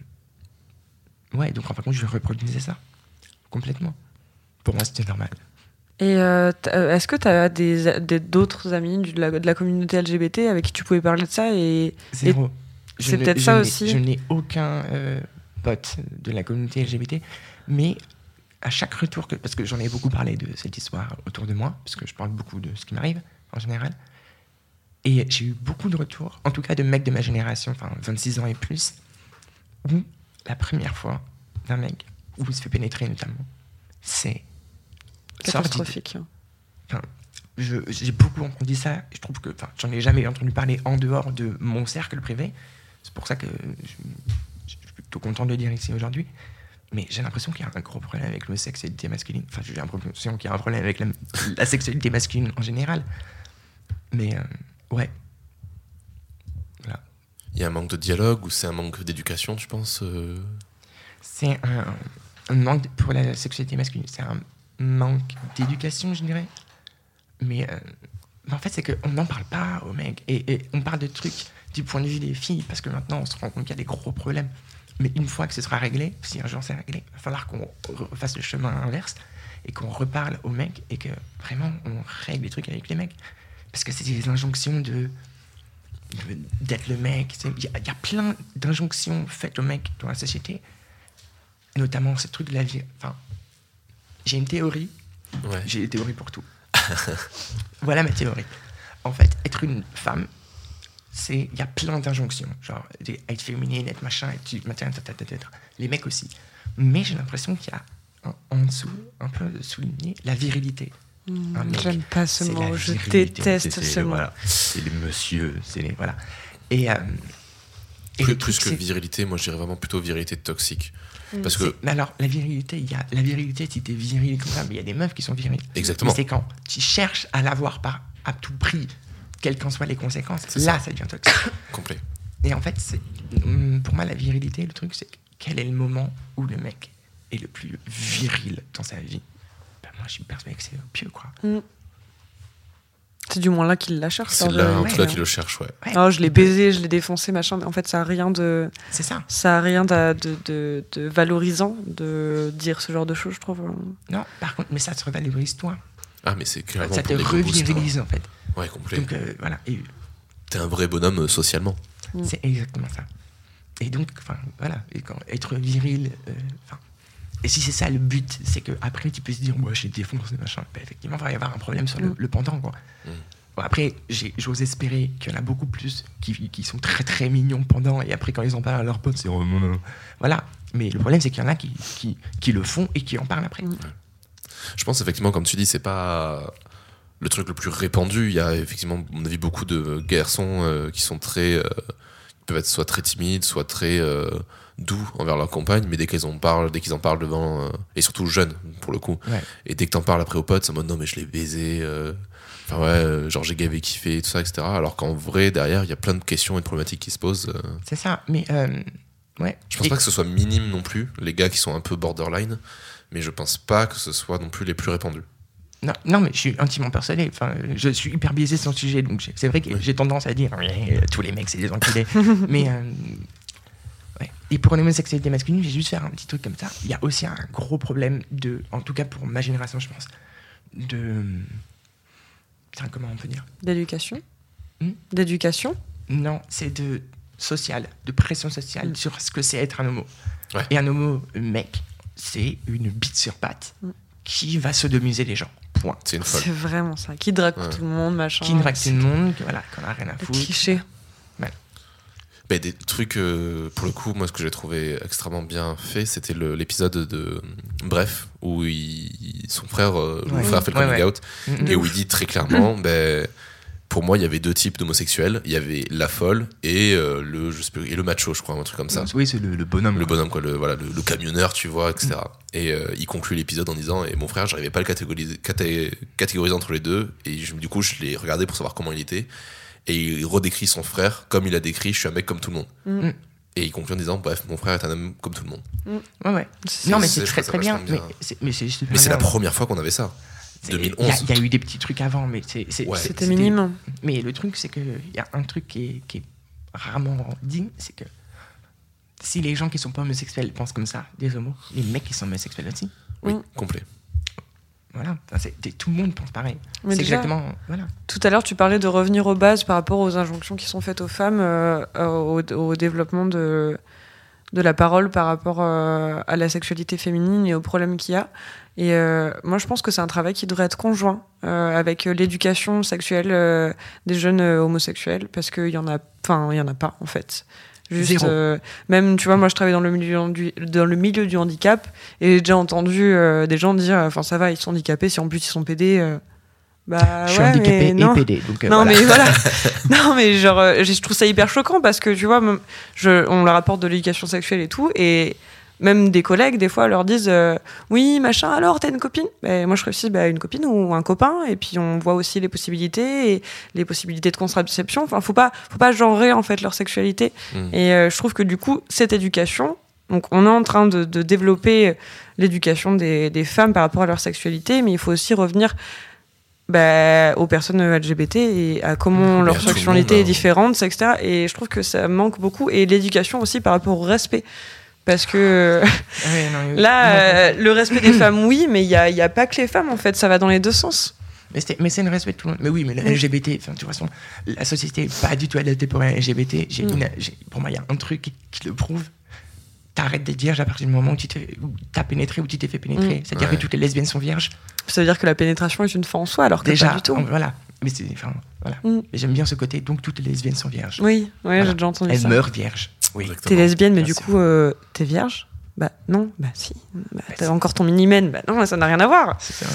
Speaker 3: ouais, donc en fin de compte, je reproduisais ça, complètement. Pour moi, c'était normal.
Speaker 2: Et euh, t- euh, est-ce que tu as des, des- d'autres amis du- de la, de la communauté L G B T avec qui tu pouvais parler de ça et,
Speaker 3: Zéro.
Speaker 2: c'est
Speaker 3: ne-
Speaker 2: peut-être
Speaker 3: je
Speaker 2: ça
Speaker 3: n'ai-
Speaker 2: aussi.
Speaker 3: Je n'ai aucun euh, pote de la communauté L G B T, Mais à chaque retour, que, parce que j'en ai beaucoup parlé de cette histoire autour de moi, parce que je parle beaucoup de ce qui m'arrive en général, et j'ai eu beaucoup de retours, en tout cas de mecs de ma génération, enfin vingt-six ans et plus, où la première fois d'un mec où il se fait pénétrer notamment, c'est
Speaker 2: catastrophique.
Speaker 3: Enfin, je, j'ai beaucoup entendu ça, et je trouve que enfin, j'en ai jamais entendu parler en dehors de mon cercle privé. C'est pour ça que je, je suis plutôt content de le dire ici aujourd'hui. Mais j'ai l'impression qu'il y a un gros problème avec la sexualité masculine. Enfin, j'ai l'impression qu'il y a un problème avec la, la sexualité masculine en général. Mais euh, ouais. Voilà.
Speaker 1: Il y a un manque de dialogue ou c'est un manque d'éducation, tu penses euh...
Speaker 3: C'est un, un manque de, pour la sexualité masculine. C'est un manque d'éducation, je dirais. Mais euh, en fait, c'est qu'on n'en parle pas aux mecs. Et, et on parle de trucs du point de vue des filles, parce que maintenant, on se rend compte qu'il y a des gros problèmes. Mais une fois que ce sera réglé, si un jour c'est réglé, il va falloir qu'on fasse le chemin inverse et qu'on reparle aux mecs et que vraiment on règle les trucs avec les mecs. Parce que c'est des injonctions de, de d'être le mec. Il y, y a plein d'injonctions faites aux mecs dans la société, notamment ce truc de la vie. Enfin, j'ai une théorie.
Speaker 1: Ouais.
Speaker 3: J'ai des théories pour tout. Voilà ma théorie. En fait, être une femme, il y a plein d'injonctions, genre être féminine, être machin, être machin, les mecs aussi. Mais j'ai l'impression qu'il y a en, en dessous, un peu souligné, la virilité.
Speaker 2: Mmh, mec, j'aime pas ce mot, je déteste c'est, c'est, ce mot.
Speaker 3: Voilà, c'est les messieurs, c'est les voilà. Et, euh, et
Speaker 1: plus, plus que virilité, moi je dirais vraiment plutôt virilité toxique. Mmh. Parce que
Speaker 3: mais alors la virilité, il y a la virilité si t'es viril comme ça, mais il y a des meufs qui sont viriles.
Speaker 1: Exactement.
Speaker 3: Mais c'est quand tu cherches à l'avoir par à tout prix, quelles qu'en soient les conséquences, c'est là ça. ça devient toxique.
Speaker 1: Complet.
Speaker 3: Et en fait, c'est, pour moi, la virilité, le truc, c'est quel est le moment où le mec est le plus viril dans sa vie. Ben, moi, je suis persuadé que c'est au pieu, quoi.
Speaker 2: Mm. C'est du moins là qu'il la cherche.
Speaker 1: C'est là, en tout cas, qu'il le cherche, ouais.
Speaker 2: ouais. Oh, je l'ai baisé, je l'ai défoncé, machin, mais en fait, ça a rien de...
Speaker 3: C'est ça.
Speaker 2: Ça a rien de, de, de, de valorisant de dire ce genre de choses, je trouve.
Speaker 3: Non, par contre, mais ça te revalorise, toi.
Speaker 1: Ah, mais c'est clairement
Speaker 3: ça te revirilise, en fait.
Speaker 1: Ouais, complet.
Speaker 3: Donc, euh, voilà. Et...
Speaker 1: T'es un vrai bonhomme euh, socialement.
Speaker 3: Mm. C'est exactement ça. Et donc, enfin, voilà. Et quand, être viril, euh, et si c'est ça le but, c'est qu'après, tu peux se dire, moi, j'ai défoncé, machin. Ben, effectivement, il va y avoir un problème sur le, mm. le pendant, quoi. Mm. Bon, après, j'ai, j'ose espérer qu'il y en a beaucoup plus qui, qui sont très, très mignons pendant, et après, quand ils en parlent à leurs potes, c'est... Voilà. Mais le problème, c'est qu'il y en a qui, qui, qui le font et qui en parlent après. Mm.
Speaker 1: Ouais. Je pense, effectivement, comme tu dis, c'est pas... le truc le plus répandu. Il y a effectivement, à mon avis, beaucoup de garçons euh, qui sont très, euh, qui peuvent être soit très timides, soit très euh, doux envers leur compagne, mais dès qu'ils en parlent, dès qu'ils en parlent devant, euh, et surtout jeunes pour le coup,
Speaker 3: ouais.
Speaker 1: et dès que t'en parles après aux potes, c'est en mode non mais je l'ai baisé, euh, enfin ouais, euh, genre j'ai gavé kiffé, tout ça, et cetera. Alors qu'en vrai derrière, il y a plein de questions et de problématiques qui se posent. Euh.
Speaker 3: C'est ça, mais euh, ouais.
Speaker 1: Je pense et... pas que ce soit minime non plus, les gars qui sont un peu borderline, mais je pense pas que ce soit non plus les plus répandus.
Speaker 3: Non, non, mais je suis intimement persuadé. Enfin, je suis hyper biaisé sur le sujet, donc c'est vrai que oui. j'ai tendance à dire ouais, tous les mecs, c'est des enculés. mais euh, ouais. Et pour l'homosexualité masculine, je vais juste faire un petit truc comme ça. Il y a aussi un gros problème de, en tout cas pour ma génération, je pense, de, putain, comment on peut dire,
Speaker 2: d'éducation.
Speaker 3: Hmm
Speaker 2: d'éducation.
Speaker 3: Non, c'est de social, de pression sociale mm. sur ce que c'est être un homo.
Speaker 1: Ouais.
Speaker 3: Et un homo mec, c'est une bite sur patte mm. qui va sodomiser les gens. Point.
Speaker 1: C'est une folle.
Speaker 2: C'est vraiment ça. Qui drague
Speaker 1: ouais.
Speaker 2: tout le monde, machin.
Speaker 3: Qui drague tout le monde, voilà, qu'on a rien à foutre.
Speaker 2: Cliché.
Speaker 3: Ouais.
Speaker 1: Ben, des trucs, euh, pour le coup, moi, ce que j'ai trouvé extrêmement bien fait, c'était le, l'épisode de Bref, où il, son frère, euh, ouais. le frère fait le coming ouais, ouais. out, mm-hmm. et où il dit très clairement, ben, pour moi, il y avait deux types d'homosexuels. Il y avait la folle et, euh, le, je sais plus, et le macho, je crois, un truc comme ça.
Speaker 3: Oui, c'est le, le bonhomme.
Speaker 1: Le bonhomme, quoi, le, voilà, le, le camionneur, tu vois, et cetera. Mm. Et euh, il conclut l'épisode en disant, et mon frère, j'arrivais pas à le catégoriser, caté- catégoriser entre les deux, et je, du coup, je l'ai regardé pour savoir comment il était. Et il redécrit son frère comme il a décrit, je suis un mec comme tout le monde. Mm. Et il conclut en disant, bref, mon frère est un homme comme tout le monde.
Speaker 3: Mm. Ouais, ouais. C'est, non, mais c'est, c'est très, très bien. bien. Mais c'est, mais c'est,
Speaker 1: mais c'est la première fois qu'on avait ça. deux mille onze.
Speaker 3: Il y, y a eu des petits trucs avant, mais c'est, c'est,
Speaker 2: ouais. c'était, c'était minime.
Speaker 3: Mais le truc, c'est qu'il y a un truc qui est, qui est rarement dit, c'est que si les gens qui sont pas homosexuels pensent comme ça, des homos, les mecs qui sont homosexuels aussi.
Speaker 1: Oui,
Speaker 2: mm.
Speaker 1: complet.
Speaker 3: Voilà, c'est, tout le monde pense pareil.
Speaker 2: Mais
Speaker 3: c'est
Speaker 2: déjà,
Speaker 3: exactement. Voilà.
Speaker 2: Tout à l'heure, tu parlais de revenir aux bases par rapport aux injonctions qui sont faites aux femmes, euh, au, au développement de, de la parole par rapport euh, à la sexualité féminine et aux problèmes qu'il y a. Et euh, moi, je pense que c'est un travail qui devrait être conjoint euh, avec l'éducation sexuelle euh, des jeunes euh, homosexuels, parce qu'il y en a, enfin, il y en a pas en fait. Juste, euh, même, tu vois, moi, je travaille dans le milieu du, dans le milieu du handicap, et j'ai déjà entendu euh, des gens dire, enfin, ça va, ils sont handicapés, si en plus ils sont pédés. Euh, Bah,
Speaker 3: je suis
Speaker 2: ouais,
Speaker 3: handicapé
Speaker 2: non.
Speaker 3: et pédé. Donc, euh,
Speaker 2: non,
Speaker 3: voilà.
Speaker 2: mais voilà. non, mais genre, euh, je trouve ça hyper choquant parce que, tu vois, même, je, on leur apporte de l'éducation sexuelle et tout, et même des collègues, des fois, leur disent euh, oui, machin, alors, t'as une copine bah, moi, je réussis bah, une copine ou un copain, et puis on voit aussi les possibilités, et les possibilités de contraception. Enfin, faut pas, faut pas genrer, en fait, leur sexualité. Mmh. Et euh, je trouve que, du coup, cette éducation, donc, on est en train de, de développer l'éducation des, des femmes par rapport à leur sexualité, mais il faut aussi revenir. Bah, aux personnes L G B T et à comment leur sexualité monde, est différente, et cetera. Et je trouve que ça manque beaucoup. Et l'éducation aussi par rapport au respect. Parce que oui, non, là, euh, le respect des femmes, oui, mais il n'y a, y a pas que les femmes, en fait. Ça va dans les deux sens.
Speaker 3: Mais c'est, mais c'est le respect de tout le monde. Mais oui, mais le L G B T, de toute façon, la société n'est pas du tout adaptée pour un L G B T. J'ai mm. une, j'ai, pour moi, il y a un truc qui, qui le prouve. T'arrêtes de dire à partir du moment où tu t'es, où t'as pénétré ou tu t'es fait pénétrer. Mm. C'est-à-dire ouais. que toutes les lesbiennes sont vierges.
Speaker 2: Ça veut dire que la pénétration est une fin en soi, alors que
Speaker 3: déjà,
Speaker 2: pas du tout.
Speaker 3: Voilà. Mais, c'est, enfin, voilà. Mm. mais j'aime bien ce côté. Donc toutes les lesbiennes sont vierges.
Speaker 2: Oui, ouais, voilà. J'ai déjà entendu
Speaker 3: Elles
Speaker 2: ça.
Speaker 3: Elles meurent vierges. Oui.
Speaker 2: T'es lesbienne, mais Merci. Du coup, euh, t'es vierge ? Bah non, bah si. Bah, bah, t'as si. Encore ton mini-men. Bah non, ça n'a rien à voir.
Speaker 3: C'est ça, ouais.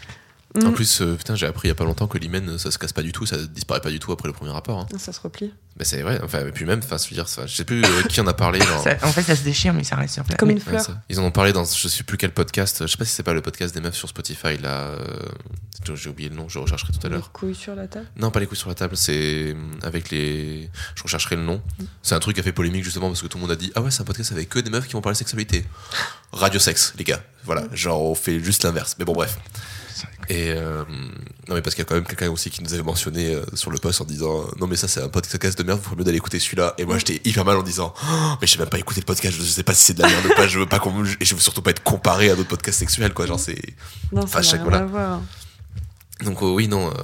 Speaker 1: En plus, euh, putain, j'ai appris il y a pas longtemps que l'hymen ça se casse pas du tout, ça disparaît pas du tout après le premier rapport. Hein.
Speaker 2: Ça se replie.
Speaker 1: Mais c'est vrai, enfin, et puis même, enfin, je veux dire, ça, je sais plus euh, qui en a parlé. Genre...
Speaker 3: ça, en fait, ça se déchire, mais ça reste sur place.
Speaker 2: Comme
Speaker 3: mais,
Speaker 2: une fleur.
Speaker 1: Ouais, ils en ont parlé dans je sais plus quel podcast, je sais pas si c'est pas le podcast des meufs sur Spotify là. Euh, j'ai oublié le nom, je rechercherai tout à l'heure.
Speaker 2: Les couilles sur la table ?
Speaker 1: Non, pas les couilles sur la table, c'est avec les. Je rechercherai le nom. Mm. C'est un truc qui a fait polémique justement parce que tout le monde a dit ah ouais, c'est un podcast avec que des meufs qui vont parler sexualité. Radio sexe, les gars. Voilà, mm. genre on fait juste l'inverse. Mais bon, bref. Et euh, non mais parce qu'il y a quand même quelqu'un aussi qui nous avait mentionné euh, sur le post en disant euh, non mais ça c'est un podcast de merde, vous ferait mieux d'aller écouter celui-là. Et moi j'étais hyper mal en disant oh, mais je sais même pas écouter le podcast, je sais pas si c'est de la merde ou pas, je veux pas qu'on et je veux surtout pas être comparé à d'autres podcasts sexuels quoi, genre c'est
Speaker 2: non ça enfin, n'a rien voilà. à voir.
Speaker 1: Donc euh, oui non euh,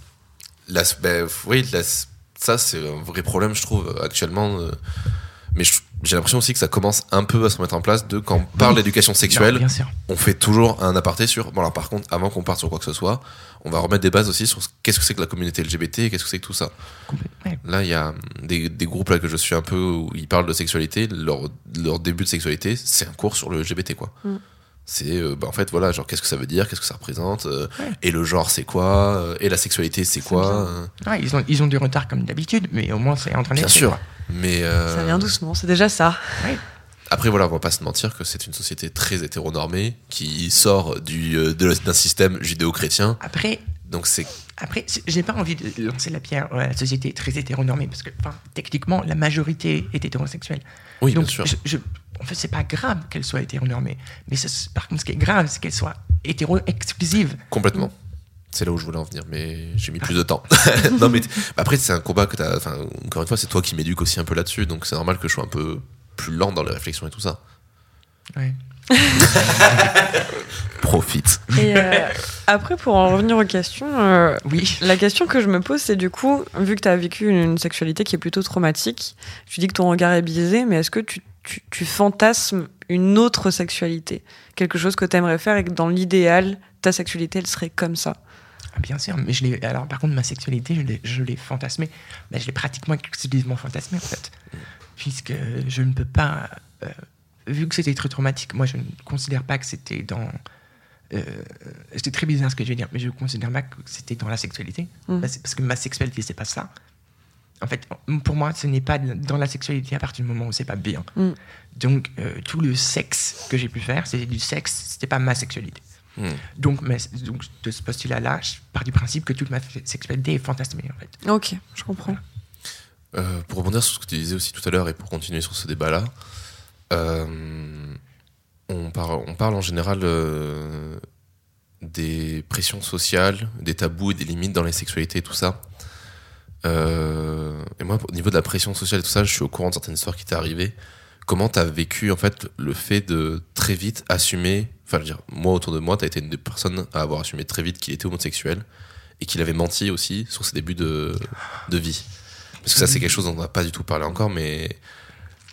Speaker 1: la, bah, oui la, ça c'est un vrai problème je trouve actuellement euh, mais je, j'ai l'impression aussi que ça commence un peu à se remettre en place de quand on parle d'éducation sexuelle, non, on fait toujours un aparté sur bon alors par contre avant qu'on parte sur quoi que ce soit, on va remettre des bases aussi sur qu'est-ce que c'est que la communauté L G B T et qu'est-ce que c'est que tout ça. Ouais. Là il y a des, des groupes là que je suis un peu où ils parlent de sexualité, leur, leur début de sexualité c'est un cours sur le L G B T quoi. Mm. C'est euh, bah en fait voilà genre qu'est-ce que ça veut dire, qu'est-ce que ça représente euh, ouais. et le genre c'est quoi euh, et la sexualité c'est, c'est quoi euh...
Speaker 3: ouais, ils ont ils ont du retard comme d'habitude mais au moins c'est entraîné.
Speaker 1: Bien sûr. Mais euh...
Speaker 2: ça vient doucement, c'est déjà ça.
Speaker 3: Ouais.
Speaker 1: Après voilà, on va pas se mentir que c'est une société très hétéronormée qui sort du euh, de, d'un système judéo-chrétien.
Speaker 3: Après,
Speaker 1: donc c'est.
Speaker 3: Après, c'est, j'ai pas envie de lancer la pierre à la société très hétéronormée parce que, enfin, techniquement, la majorité est hétérosexuelle.
Speaker 1: Oui,
Speaker 3: donc,
Speaker 1: bien sûr.
Speaker 3: Je, je, en fait, c'est pas grave qu'elle soit hétéronormée, mais ça, par contre, ce qui est grave, c'est qu'elle soit hétéro-exclusive.
Speaker 1: Complètement. C'est là où je voulais en venir, mais j'ai mis plus de temps. non, mais après, c'est un combat que t'as. Enfin, encore une fois, c'est toi qui m'éduques aussi un peu là-dessus, donc c'est normal que je sois un peu plus lent dans les réflexions et tout ça.
Speaker 3: Ouais.
Speaker 1: Profite.
Speaker 2: Et euh, après, pour en revenir aux questions, euh,
Speaker 3: oui.
Speaker 2: la question que je me pose, c'est du coup, vu que tu as vécu une sexualité qui est plutôt traumatique, tu dis que ton regard est biaisé, mais est-ce que tu, tu, tu fantasmes une autre sexualité ? Quelque chose que tu aimerais faire et que dans l'idéal, ta sexualité, elle serait comme ça ?
Speaker 3: Bien sûr, mais je l'ai. Alors, par contre, ma sexualité, je l'ai, je l'ai fantasmée. Ben, je l'ai pratiquement exclusivement fantasmée, en fait. Puisque je ne peux pas. Euh, vu que c'était très traumatique, moi, je ne considère pas que c'était dans. Euh, c'était très bizarre ce que je vais dire, mais je ne considère pas que c'était dans la sexualité. Mmh. Parce que ma sexualité, c'est pas ça. En fait, pour moi, ce n'est pas dans la sexualité à partir du moment où c'est pas bien. Mmh. Donc, euh, tout le sexe que j'ai pu faire, c'était du sexe, c'était pas ma sexualité. Mmh. Donc, mais, donc, de ce postulat-là, je pars du principe que toute ma sexualité est fantasmée, en fait.
Speaker 2: Ok, je comprends.
Speaker 1: Voilà. Euh, pour rebondir sur ce que tu disais aussi tout à l'heure et pour continuer sur ce débat-là, euh, on, parle, on parle en général euh, des pressions sociales, des tabous et des limites dans les sexualités et tout ça. Euh, et moi, au niveau de la pression sociale et tout ça, je suis au courant de certaines histoires qui t'est arrivées. Comment t'as vécu en fait le fait de très vite assumer, enfin je veux dire, moi autour de moi, t'as été une des personnes à avoir assumé très vite qu'il était homosexuel et qu'il avait menti aussi sur ses débuts de, de vie. Parce que ça c'est quelque chose dont on n'a pas du tout parlé encore, mais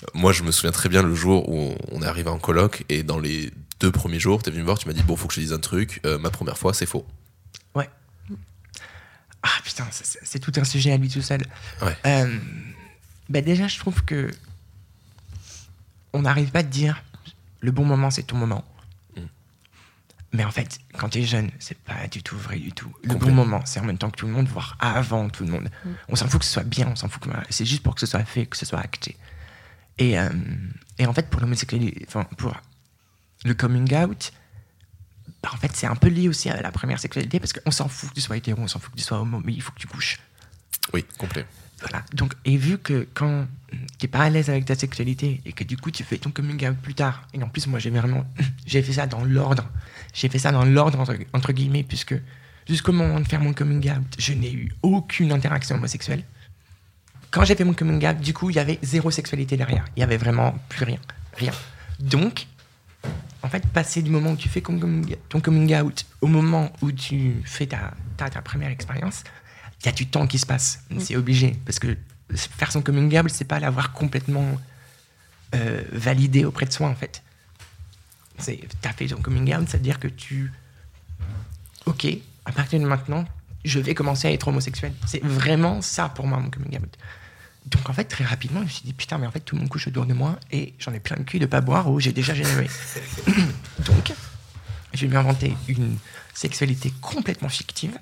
Speaker 1: Moi, je me souviens très bien le jour où on est arrivé en coloc et dans les deux premiers jours, t'es venu me voir, tu m'as dit bon, faut que je te dise un truc. Euh, ma première fois, c'est faux.
Speaker 3: Ouais. Ah putain, c'est, c'est tout un sujet à lui tout seul.
Speaker 1: Ouais.
Speaker 3: Euh, bah déjà, je trouve que on n'arrive pas à te dire le bon moment, c'est ton moment. Mm. Mais en fait, quand t'es jeune, c'est pas du tout vrai du tout. Le
Speaker 1: Complet.
Speaker 3: bon moment, c'est en même temps que tout le monde, voire avant tout le monde. Mm. On s'en fout que ce soit bien, on s'en fout que c'est juste pour que ce soit fait, que ce soit acté. Et, euh, et en fait, pour l'homosexualité, enfin, pour le coming out, bah en fait, c'est un peu lié aussi à la première sexualité parce qu'on s'en fout que tu sois hétéro, on s'en fout que tu sois homo, mais il faut que tu couches.
Speaker 1: Oui, complet.
Speaker 3: Voilà. Donc, et vu que quand t'es pas à l'aise avec ta sexualité et que du coup tu fais ton coming out plus tard, et en plus, moi j'ai vraiment. J'ai fait ça dans l'ordre. J'ai fait ça dans l'ordre, entre, entre guillemets, puisque jusqu'au moment de faire mon coming out, je n'ai eu aucune interaction homosexuelle. Quand j'ai fait mon coming out, du coup, il y avait zéro sexualité derrière. Il y avait vraiment plus rien. Rien. Donc, en fait, passer du moment où tu fais ton coming, ton coming out au moment où tu fais ta, ta, ta première expérience, il y a du temps qui se passe. Mmh. C'est obligé. Parce que faire son coming out, c'est pas l'avoir complètement euh, validé auprès de soi, en fait. C'est, t'as fait ton coming out, c'est-à-dire que tu... Ok, à partir de maintenant, je vais commencer à être homosexuel. C'est vraiment ça pour moi, mon coming out. Donc en fait, très rapidement, je me suis dit, putain, mais en fait, tout le monde couche autour de moi et j'en ai plein le cul de pas boire où j'ai déjà généré. Donc, je vais m'inventer une sexualité complètement fictive.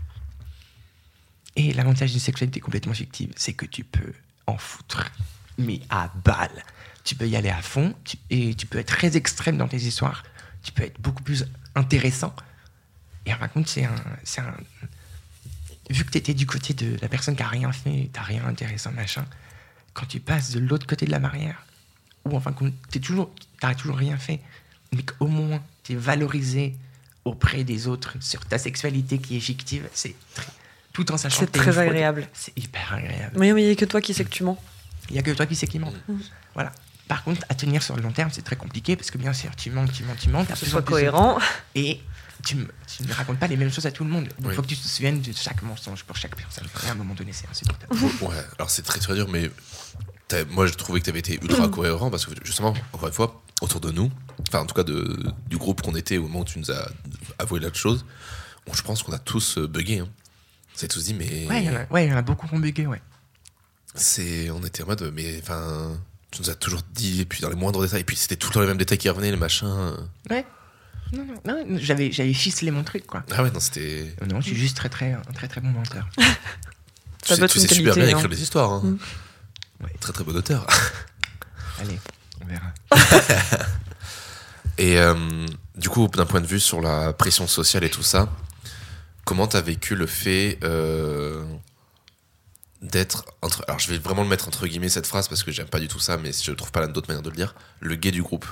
Speaker 3: Et l'avantage d'une sexualité complètement fictive, c'est que tu peux en foutre, mais à balle. Tu peux y aller à fond tu, et tu peux être très extrême dans tes histoires. Tu peux être beaucoup plus intéressant. Et en fin de compte, c'est un... C'est un vu que tu étais du côté de la personne qui n'a rien fait, tu n'as rien intéressant, machin, quand tu passes de l'autre côté de la barrière, ou enfin, tu n'as toujours rien fait, mais qu'au moins tu es valorisé auprès des autres sur ta sexualité qui est fictive, c'est très, tout en sachant
Speaker 2: c'est
Speaker 3: que t'es
Speaker 2: très
Speaker 3: une fraude,
Speaker 2: agréable.
Speaker 3: C'est hyper agréable.
Speaker 2: Oui, mais il n'y a que toi qui sais que tu mens.
Speaker 3: Il n'y a que toi qui sais qui ment. Mmh. Voilà. Par contre, à tenir sur le long terme, c'est très compliqué parce que bien sûr, tu mens, tu mens, tu mens.
Speaker 2: Que ce soit cohérent.
Speaker 3: Et tu, tu ne racontes pas les mêmes choses à tout le monde. Il oui. faut que tu te souviennes de chaque mensonge pour chaque personne. Et à un moment donné, c'est insupportable.
Speaker 1: Ouais, alors c'est très très dur, mais moi je trouvais que tu avais été ultra cohérent parce que justement, encore une fois, autour de nous, enfin en tout cas de, du groupe qu'on était au moment où tu nous as avoué la chose, je pense qu'on a tous bugué. Hein. On s'est tous dit, mais.
Speaker 3: Ouais, il y, ouais, y en a beaucoup qui ont bugué, ouais.
Speaker 1: C'est, on était en mode, mais enfin, tu nous as toujours dit, et puis dans les moindres détails, et puis c'était tout le temps les mêmes détails qui revenaient, les machins.
Speaker 3: Ouais. Non, non, non, j'avais, j'avais ficelé mon truc, quoi.
Speaker 1: Ah ouais, non, c'était.
Speaker 3: Non, je suis juste très, très, un très, très bon menteur.
Speaker 1: tu sais, tu sais super bien écrire des histoires. Hein. Mm.
Speaker 3: Ouais.
Speaker 1: Très, très bon auteur.
Speaker 3: Allez, on verra.
Speaker 1: Et euh, du coup, d'un point de vue sur la pression sociale et tout ça, comment t'as vécu le fait euh, d'être entre... Alors, je vais vraiment le mettre entre guillemets cette phrase parce que j'aime pas du tout ça, mais je trouve pas d'autre manière de le dire. Le gay du groupe.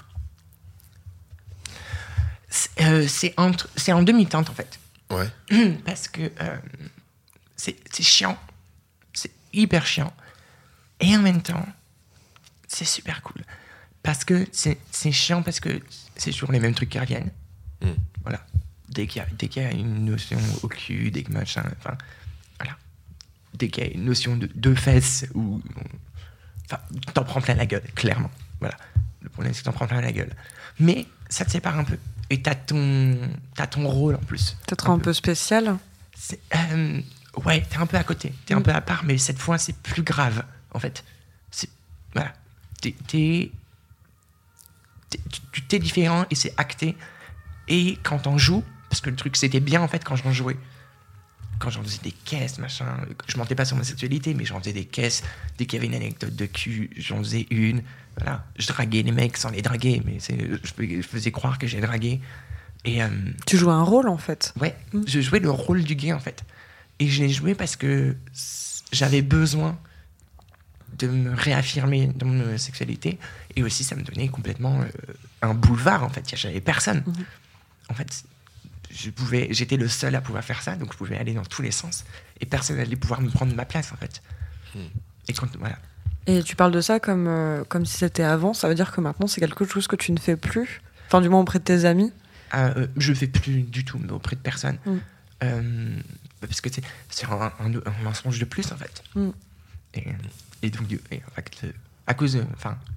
Speaker 3: C'est, euh, c'est, entre, c'est en demi-teinte en fait.
Speaker 1: Ouais.
Speaker 3: Parce que euh, c'est, c'est chiant. C'est hyper chiant. Et en même temps, c'est super cool. Parce que c'est, c'est chiant parce que c'est toujours les mêmes trucs qui reviennent. Mm. Voilà. Dès qu'il, y a, dès qu'il y a une notion au cul, dès que machin, enfin, voilà. Dès qu'il y a une notion de deux fesses, ou, enfin, t'en prends plein la gueule, clairement. Voilà. Le problème, c'est que t'en prends plein la gueule. Mais ça te sépare un peu. Et t'as ton, t'as ton rôle en plus.
Speaker 2: Peut-être un, un peu. peu spécial.
Speaker 3: C'est, euh, ouais, t'es un peu à côté, t'es mm. un peu à part, mais cette fois, c'est plus grave, en fait. C'est, voilà. T'es, t'es, t'es, tu t'es différent et c'est acté. Et quand t'en joues, parce que le truc, c'était bien, en fait, quand j'en jouais. Quand j'en faisais des caisses, machin, je mentais pas sur ma sexualité, mais j'en faisais des caisses. Dès qu'il y avait une anecdote de cul, j'en faisais une. Voilà. Je draguais les mecs sans les draguer, mais c'est, je faisais croire que j'ai dragué. Et, euh,
Speaker 2: tu jouais un rôle, en fait.
Speaker 3: Ouais, mmh. je jouais le rôle du gay, en fait. Et je l'ai joué parce que j'avais besoin de me réaffirmer dans mon sexualité. Et aussi, ça me donnait complètement euh, un boulevard, en fait. J'avais personne. Mmh. En fait, je pouvais, j'étais le seul à pouvoir faire ça, donc je pouvais aller dans tous les sens. Et personne n'allait pouvoir me prendre ma place, en fait. Mmh. Et quand, voilà.
Speaker 2: Et tu parles de ça comme, euh, comme si c'était avant. Ça veut dire que maintenant, c'est quelque chose que tu ne fais plus. Enfin, du moins auprès de tes amis.
Speaker 3: Euh, je ne fais plus du tout, mais auprès de personne. Mm. Euh, parce que c'est, c'est un, un, un mensonge de plus, en fait. Mm. Et, et donc, et, en fait, à cause de, enfin,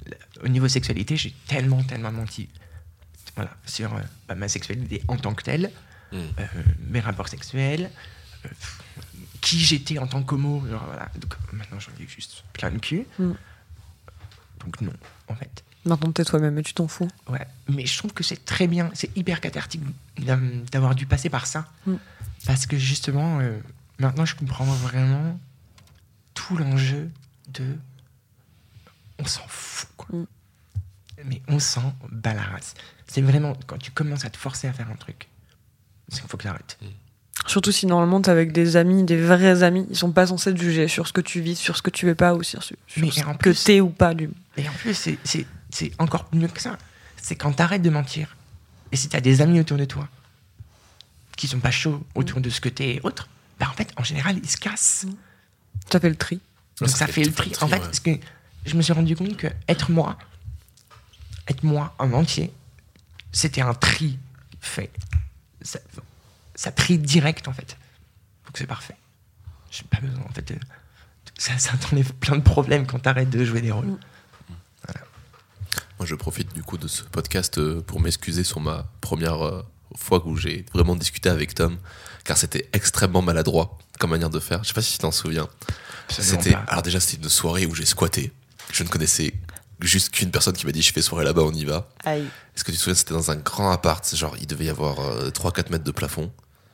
Speaker 3: au niveau sexualité, j'ai tellement, tellement menti. Voilà, sur euh, bah, ma sexualité en tant que telle, mm. euh, mes rapports sexuels, euh, qui j'étais en tant qu'homo. Genre, voilà. Donc maintenant, j'en ai juste plein de cul. Mm. Donc non, en fait.
Speaker 2: Maintenant, t'es toi-même et tu t'en fous.
Speaker 3: Ouais, mais je trouve que c'est très bien, c'est hyper cathartique d'avoir dû passer par ça. Mm. Parce que justement, euh, maintenant, je comprends vraiment tout l'enjeu de... On s'en fout, quoi. Mm. Mais on s'en bat la race. C'est vraiment, quand tu commences à te forcer à faire un truc, il faut que tu arrêtes. Mm.
Speaker 2: Surtout si normalement t'es avec des amis, des vrais amis, ils sont pas censés te juger sur ce que tu vis, sur ce que tu veux pas ou sur, sur
Speaker 3: mais
Speaker 2: ce
Speaker 3: en
Speaker 2: que
Speaker 3: plus,
Speaker 2: t'es ou pas. Du...
Speaker 3: Et en plus, c'est, c'est, c'est encore mieux que ça. C'est quand t'arrêtes de mentir. Et si t'as des amis autour de toi qui sont pas chauds autour de ce que t'es et autres, bah en fait, en général, ils se cassent.
Speaker 2: Ça fait le tri.
Speaker 3: Donc ça, ça fait le tri. tri. En fait, ouais. Parce que je me suis rendu compte que être moi, être moi en entier, c'était un tri fait. Ça, ça trie direct, en fait. Donc c'est parfait. J'ai pas besoin, en fait. De, ça, ça t'enlève plein de problèmes quand t'arrêtes de jouer des rôles. Mm. Voilà.
Speaker 1: Moi, je profite du coup de ce podcast pour m'excuser sur ma première fois où j'ai vraiment discuté avec Tom, car c'était extrêmement maladroit comme manière de faire. Je sais pas si tu t'en souviens. C'était, alors déjà, c'était une soirée où j'ai squatté. Je ne connaissais juste qu'une personne qui m'a dit je fais soirée là-bas, on y va.
Speaker 2: Aïe.
Speaker 1: Est-ce que tu te souviens, c'était dans un grand appart, genre il devait y avoir euh, trois à quatre mètres de plafond.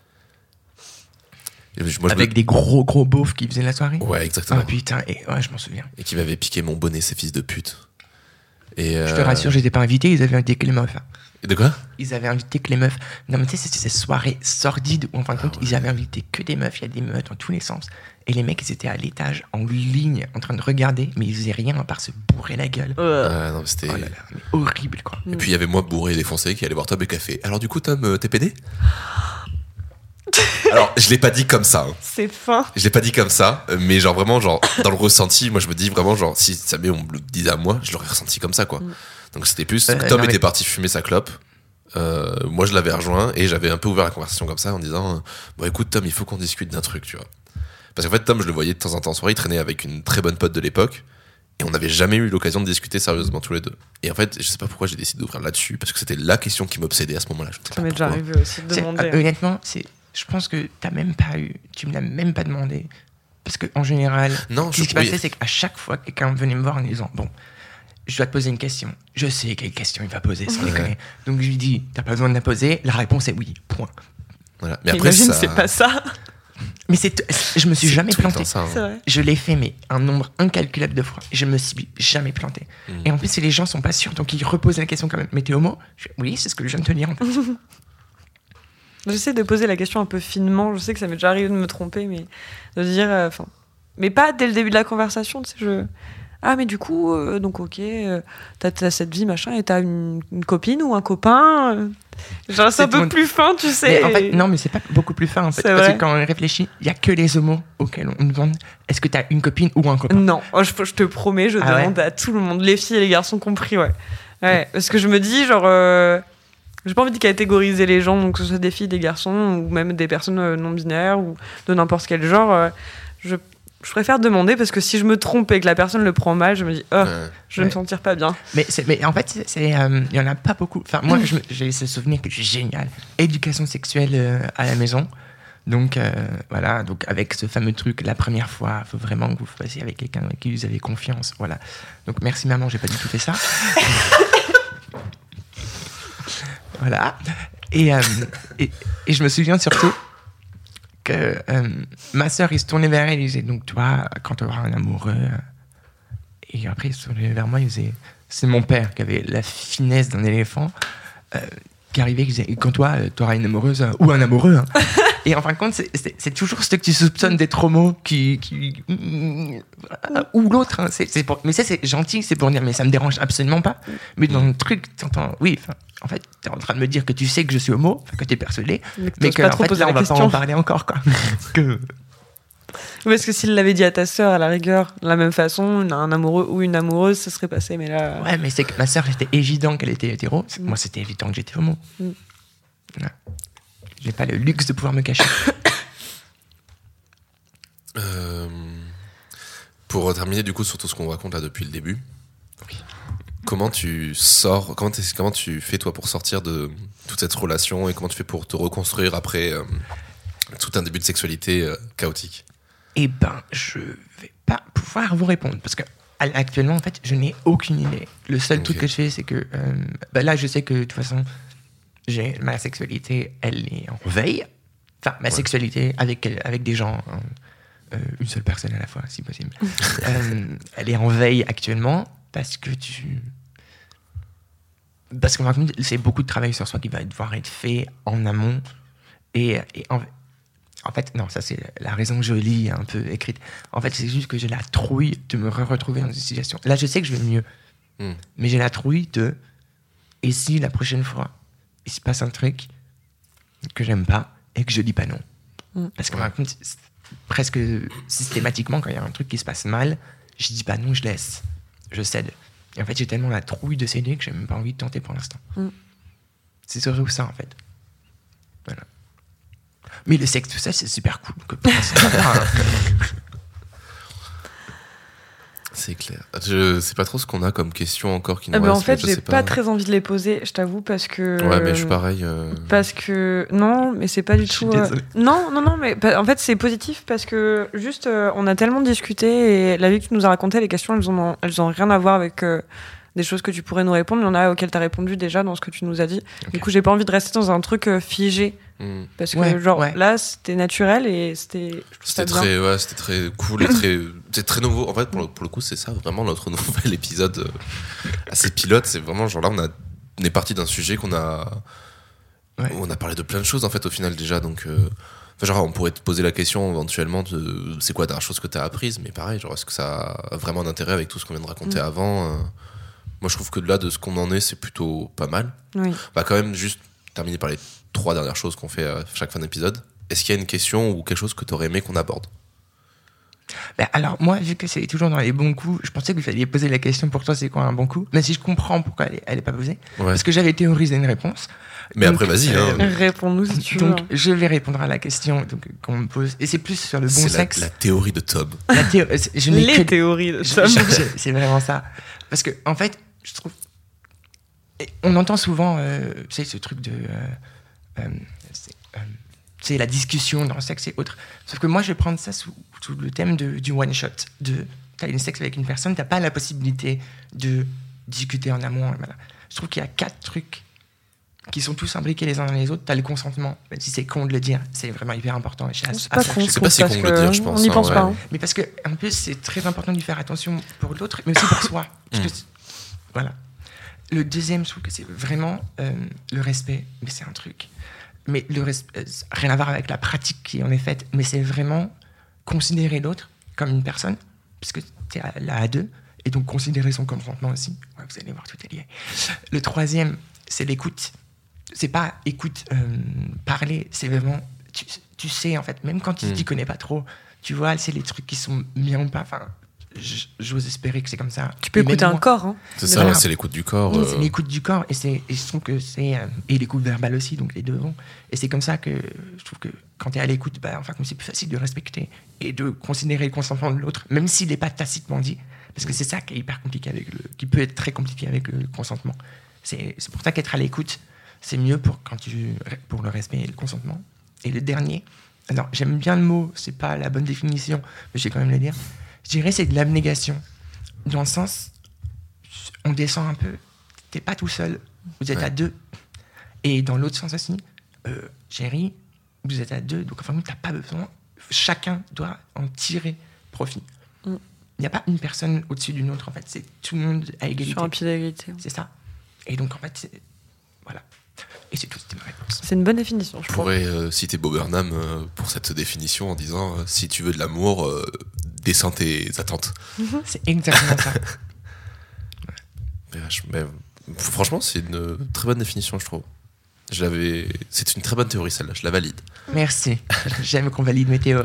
Speaker 3: Et moi, avec me... des gros gros beaufs qui faisaient la soirée.
Speaker 1: Ouais, exactement.
Speaker 3: Ah putain, et ouais, je m'en souviens.
Speaker 1: Et qui m'avaient piqué mon bonnet, ces fils de pute. Et euh...
Speaker 3: je te rassure, j'étais pas invité, ils avaient invité que les meufs.
Speaker 1: Et de quoi?
Speaker 3: Ils avaient invité que les meufs. Non mais tu sais, c'était ces soirées sordides où en fin de compte, ah ouais. Ils avaient invité que des meufs, il y a des meufs dans tous les sens. Et les mecs, ils étaient à l'étage, en ligne, en train de regarder, mais ils faisaient rien à part se bourrer la gueule.
Speaker 1: Euh... Ah, non, mais c'était
Speaker 3: oh là là, mais horrible, quoi.
Speaker 1: Et puis il y avait moi bourré et défoncé qui allait voir Tom et café. Alors du coup, Tom, t'es pédé? Alors, je l'ai pas dit comme ça. Hein.
Speaker 2: C'est fin.
Speaker 1: Je l'ai pas dit comme ça, mais genre vraiment, genre dans le ressenti, moi je me dis vraiment, genre si ça m'est, on me le disait à moi, je l'aurais ressenti comme ça, quoi. Mm. Donc c'était plus. Euh, Tom non, était mais... parti fumer sa clope. Euh, moi je l'avais rejoint et j'avais un peu ouvert la conversation comme ça en disant bon écoute Tom, il faut qu'on discute d'un truc, tu vois. Parce qu'en fait Tom, je le voyais de temps en temps en soirée, il traînait avec une très bonne pote de l'époque et on n'avait jamais eu l'occasion de discuter sérieusement tous les deux. Et en fait je sais pas pourquoi j'ai décidé d'ouvrir là-dessus parce que c'était la question qui m'obsédait à ce moment-là.
Speaker 2: Ça m'est déjà arrivé aussi de demander.
Speaker 3: C'est, honnêtement, c'est, je pense que t'as même pas eu, tu me l'as même pas demandé parce que en général,
Speaker 1: non,
Speaker 3: ce qui se passait c'est qu'à chaque fois quelqu'un venait me voir en disant bon. Je dois te poser une question. Je sais quelle question il va poser, sans déconner. Ouais. Donc je lui dis, t'as pas besoin de la poser. La réponse est oui. Point.
Speaker 1: Voilà. Mais après,
Speaker 2: imagine,
Speaker 1: ça...
Speaker 2: c'est pas ça.
Speaker 3: Mais c'est, je me suis
Speaker 1: c'est
Speaker 3: jamais planté.
Speaker 1: Ça, hein.
Speaker 2: C'est vrai.
Speaker 3: Je l'ai fait, mais un nombre incalculable de fois. Je me suis jamais planté. Mmh. Et en plus, si les gens sont pas sûrs, donc ils reposent la question quand même. Mais t'es homo? Je... Oui, c'est ce que je viens de te dire. En fait.
Speaker 2: J'essaie de poser la question un peu finement. Je sais que ça m'est déjà arrivé de me tromper, mais de dire, enfin, euh, mais pas dès le début de la conversation. Tu sais, je. Ah, mais du coup, euh, donc ok, euh, t'as, t'as cette vie, machin, et t'as une, une copine ou un copain euh, genre, c'est, c'est un peu mon... plus fin, tu sais.
Speaker 3: Mais en fait, non, mais c'est pas beaucoup plus fin, en fait. C'est parce vrai. Que quand on réfléchit, il y a que les homos auxquels on demande est-ce que t'as une copine ou un copain?
Speaker 2: Non, oh, je, je te promets, je ah demande ouais à tout le monde, les filles et les garçons compris, ouais. Ouais, parce que je me dis, genre, euh, j'ai pas envie de catégoriser les gens, donc que ce soit des filles, des garçons, ou même des personnes non binaires, ou de n'importe quel genre. Euh, je Je préfère demander parce que si je me trompe et que la personne le prend mal, je me dis oh, ouais. je vais ouais. me sentir pas bien.
Speaker 3: Mais, c'est, mais en fait, il c'est, euh, y en a pas beaucoup. Enfin, moi, je, j'ai ce souvenir que c'est génial. Éducation sexuelle euh, à la maison. Donc, euh, voilà. Donc, avec ce fameux truc, la première fois, il faut vraiment que vous fassiez avec quelqu'un avec qui vous avez confiance. Voilà. Donc, merci maman, j'ai pas du tout fait ça. Voilà. Et, euh, et, et je me souviens surtout que euh, ma sœur, il se tournait vers elle, il disait donc toi, quand tu auras un amoureux, et après il se tournait vers moi, il disait c'est mon père qui avait la finesse d'un éléphant, euh, qui arrivait, qui disait quand toi, tu auras une amoureuse ou un amoureux. Hein. Et en fin de compte, c'est, c'est, c'est toujours ce que tu soupçonnes d'être homo qui, qui ou l'autre. Hein. C'est, c'est pour, mais ça c'est gentil, c'est pour dire mais ça me dérange absolument pas. Mais dans le truc, t'entends, oui. En fait, t'es en train de me dire que tu sais que je suis homo, que t'es persuadé, mais, mais que en fait, là, on va question. Pas en parler encore, quoi. que...
Speaker 2: Parce que s'il l'avait dit à ta sœur, à la rigueur, de la même façon, un amoureux ou une amoureuse, ça serait passé, mais là...
Speaker 3: Ouais, mais c'est que ma sœur, c'était évident qu'elle était hétéro. Mm. Moi, c'était évident que j'étais homo. Mm. Ouais. J'ai pas le luxe de pouvoir me cacher.
Speaker 1: euh, pour terminer, du coup, sur tout ce qu'on raconte là depuis le début, oui. comment tu sors, comment, comment tu fais toi pour sortir de toute cette relation et comment tu fais pour te reconstruire après euh, tout un début de sexualité euh, chaotique?
Speaker 3: Eh ben, je vais pas pouvoir vous répondre parce que actuellement, en fait, je n'ai aucune idée. Le seul okay. truc que je fais, c'est que euh, bah là, je sais que de toute façon, j'ai ma sexualité, elle est en veille. Enfin, ma ouais. sexualité avec avec des gens, euh, une seule personne à la fois, si possible. euh, elle est en veille actuellement parce que tu, parce que c'est beaucoup de travail sur soi qui va devoir être fait en amont et, et en En fait, non, ça c'est la raison que je lis un peu écrite. En fait, c'est juste que j'ai la trouille de me retrouver dans une situation. Là, je sais que je vais mieux. Mm. Mais j'ai la trouille de... Et si la prochaine fois, il se passe un truc que j'aime pas et que je dis pas non? Mm. Parce que, ouais. par contre, presque systématiquement, quand il y a un truc qui se passe mal, je dis pas non, je laisse. Je cède. Et en fait, j'ai tellement la trouille de céder que j'ai même pas envie de tenter pour l'instant. Mm. C'est surtout ça, en fait. Voilà. Mais le sexe, tout ça, c'est super cool.
Speaker 1: C'est clair. Je sais pas trop ce qu'on a comme questions encore qui nous
Speaker 2: ah ben
Speaker 1: restent.
Speaker 2: En fait,
Speaker 1: je
Speaker 2: j'ai
Speaker 1: sais
Speaker 2: pas, pas
Speaker 1: pas
Speaker 2: très envie de les poser, je t'avoue, parce que.
Speaker 1: Ouais, mais je suis pareil. Euh...
Speaker 2: Parce que non, mais c'est pas du
Speaker 3: je
Speaker 2: tout.
Speaker 3: Suis
Speaker 2: euh... Non, non, non, mais en fait, c'est positif parce que juste, euh, on a tellement discuté et la vie que tu nous as racontée, les questions, elles ont, elles ont rien à voir avec. Euh... des choses que tu pourrais nous répondre, il y en a auxquelles tu as répondu déjà dans ce que tu nous as dit. Okay. Du coup, j'ai pas envie de rester dans un truc euh, figé. Mmh. Parce que, ouais, genre, ouais. là, c'était naturel et c'était.
Speaker 1: C'était très, ouais, c'était très cool et très, c'est très nouveau. En fait, pour le, pour le coup, c'est ça, vraiment, notre nouvel épisode euh, assez pilote. C'est vraiment, genre là, on, a, on est parti d'un sujet qu'on a. Ouais. On a parlé de plein de choses, en fait, au final, déjà. Donc. Euh, Enfin, genre, on pourrait te poser la question éventuellement de c'est quoi la dernière chose que tu as apprise, mais pareil, genre, est-ce que ça a vraiment d'intérêt avec tout ce qu'on vient de raconter mmh. avant euh, Moi, je trouve que de là, de ce qu'on en est, c'est plutôt pas mal.
Speaker 2: Oui.
Speaker 1: Bah, quand même, juste terminer par les trois dernières choses qu'on fait à chaque fin d'épisode. Est-ce qu'il y a une question ou quelque chose que tu aurais aimé qu'on aborde?
Speaker 3: Ben alors, moi, vu que c'est toujours dans les bons coups, je pensais que vous alliez poser la question pour toi, c'est quoi un bon coup? Mais si je comprends pourquoi elle n'est elle est pas posée, ouais. parce que j'avais théorisé une réponse.
Speaker 1: Mais
Speaker 3: donc,
Speaker 1: après, vas-y.
Speaker 2: Euh,
Speaker 1: hein.
Speaker 2: Réponds-nous si tu
Speaker 3: veux. Donc,
Speaker 2: veux.
Speaker 3: je vais répondre à la question donc, qu'on me pose. Et c'est plus sur le bon
Speaker 1: c'est
Speaker 3: sexe.
Speaker 1: La, la théorie de Tom.
Speaker 3: La théo- je
Speaker 2: Les
Speaker 3: que...
Speaker 2: théories de Tom.
Speaker 3: Je, je, c'est vraiment ça. Parce que, en fait, je trouve. On entend souvent, euh, tu sais, ce truc de. Euh, euh, c'est, euh, c'est la discussion dans le sexe et autres. Sauf que moi, je vais prendre ça sous, sous le thème de, du one-shot. De, t'as une sexe avec une personne, t'as pas la possibilité de discuter en amont. Voilà. Je trouve qu'il y a quatre trucs qui sont tous imbriqués les uns dans les autres. T'as le consentement, même si c'est con de le dire, c'est vraiment hyper important. Et
Speaker 2: c'est pas con,
Speaker 1: c'est pas si con de le dire, je pense.
Speaker 2: On n'y pense
Speaker 1: hein,
Speaker 2: pas.
Speaker 1: Ouais.
Speaker 2: Hein.
Speaker 3: Mais parce que, en plus, c'est très important de faire attention pour l'autre, mais aussi pour soi. Parce
Speaker 1: mm.
Speaker 3: que voilà. Le deuxième, je trouve que c'est vraiment euh, le respect. Mais c'est un truc. Mais le respect, euh, rien à voir avec la pratique qui en est faite, mais c'est vraiment considérer l'autre comme une personne, puisque tu es là à deux, et donc considérer son consentement aussi. Ouais, vous allez voir, tout est lié. Le troisième, c'est l'écoute. C'est pas écoute, euh, parler, c'est vraiment. Tu, tu sais, en fait, même quand tu t'y mmh. connais pas trop, tu vois, c'est les trucs qui sont bien ou pas. Enfin, j'ose espérer que c'est comme ça.
Speaker 2: Tu peux
Speaker 3: et
Speaker 2: écouter un corps. Hein.
Speaker 1: C'est ça, voilà. C'est l'écoute du corps.
Speaker 3: Oui,
Speaker 1: euh...
Speaker 3: c'est l'écoute du corps. Et, c'est, et je trouve que c'est. Euh, et l'écoute verbale aussi, donc les deux vont. Et c'est comme ça que je trouve que quand tu es à l'écoute, bah, enfin, c'est plus facile de respecter et de considérer le consentement de l'autre, même s'il n'est pas tacitement dit. Parce que c'est ça qui est hyper compliqué avec le. Qui peut être très compliqué avec le consentement. C'est, c'est pour ça qu'être à l'écoute, c'est mieux pour, quand tu, pour le respect et le consentement. Et le dernier, alors j'aime bien le mot, c'est pas la bonne définition, mais je vais quand même le dire. Je dirais c'est de l'abnégation. Dans le sens, on descend un peu, t'es pas tout seul, vous êtes ouais. à deux. Et dans l'autre sens aussi, euh, chérie, vous êtes à deux, donc enfin, t'as pas besoin, chacun doit en tirer profit. Il mm. n'y a pas une personne au-dessus d'une autre, en fait, c'est tout le monde à égalité.
Speaker 2: Sur un pied d'égalité.
Speaker 3: C'est ça. Et donc en fait, c'est... voilà. Et c'est tout, c'était ma réponse.
Speaker 2: C'est une bonne définition, je,
Speaker 1: je pourrais euh, citer Bo Burnham euh, pour cette définition en disant euh, si tu veux de l'amour, euh, descends tes attentes.
Speaker 3: Mm-hmm. C'est exactement ça.
Speaker 1: mais, mais, franchement, c'est une très bonne définition, je trouve. Je l'avais... C'est une très bonne théorie, celle-là, je la valide.
Speaker 3: Merci. J'aime qu'on valide mes théories.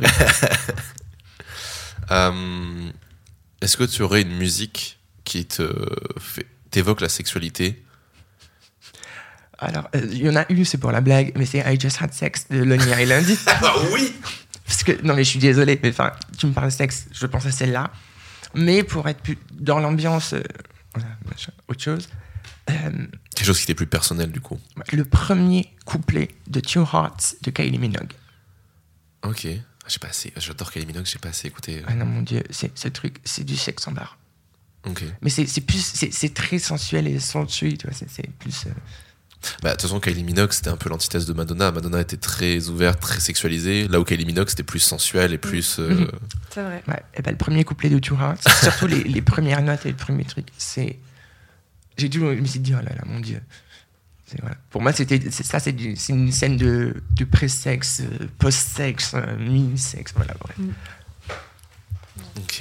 Speaker 1: euh, est-ce que tu aurais une musique qui te fait... t'évoque la sexualité?
Speaker 3: Alors, il euh, y en a une, c'est pour la blague, mais c'est I Just Had Sex de Lonely Island.
Speaker 1: Ah oui.
Speaker 3: Parce que, non mais je suis désolé, mais enfin, tu me parles de sexe, je pense à celle-là. Mais pour être plus dans l'ambiance, euh, voilà, machin, autre chose. Euh,
Speaker 1: Quelque chose qui était plus personnel, du coup.
Speaker 3: le premier couplet de Two Hearts de Kylie Minogue.
Speaker 1: Ok. J'ai pas assez. J'adore Kylie Minogue, j'ai pas assez écouté.
Speaker 3: Ah non, mon Dieu, c'est, ce truc, c'est du sexe en barre.
Speaker 1: Ok.
Speaker 3: Mais c'est, c'est plus, c'est, c'est très sensuel et sensuel, tu vois, c'est, c'est plus... Euh...
Speaker 1: Bah, de toute façon, Kylie Minogue, c'était un peu l'antithèse de Madonna. Madonna était très ouverte, très sexualisée. Là où Kylie Minogue, c'était plus sensuel et plus... Euh...
Speaker 3: Mm-hmm.
Speaker 2: C'est vrai.
Speaker 3: Ouais, et ben, le premier couplet de Two Hearts, surtout les, les premières notes et le premier truc, c'est... J'ai toujours... Je me suis dit, oh là là, mon Dieu. C'est, voilà. Pour moi, c'était, c'est ça, c'est, du, c'est une scène de, de pré-sexe, euh, post-sexe, euh, mini-sexe, voilà, bref.
Speaker 2: Mm.
Speaker 1: Ok.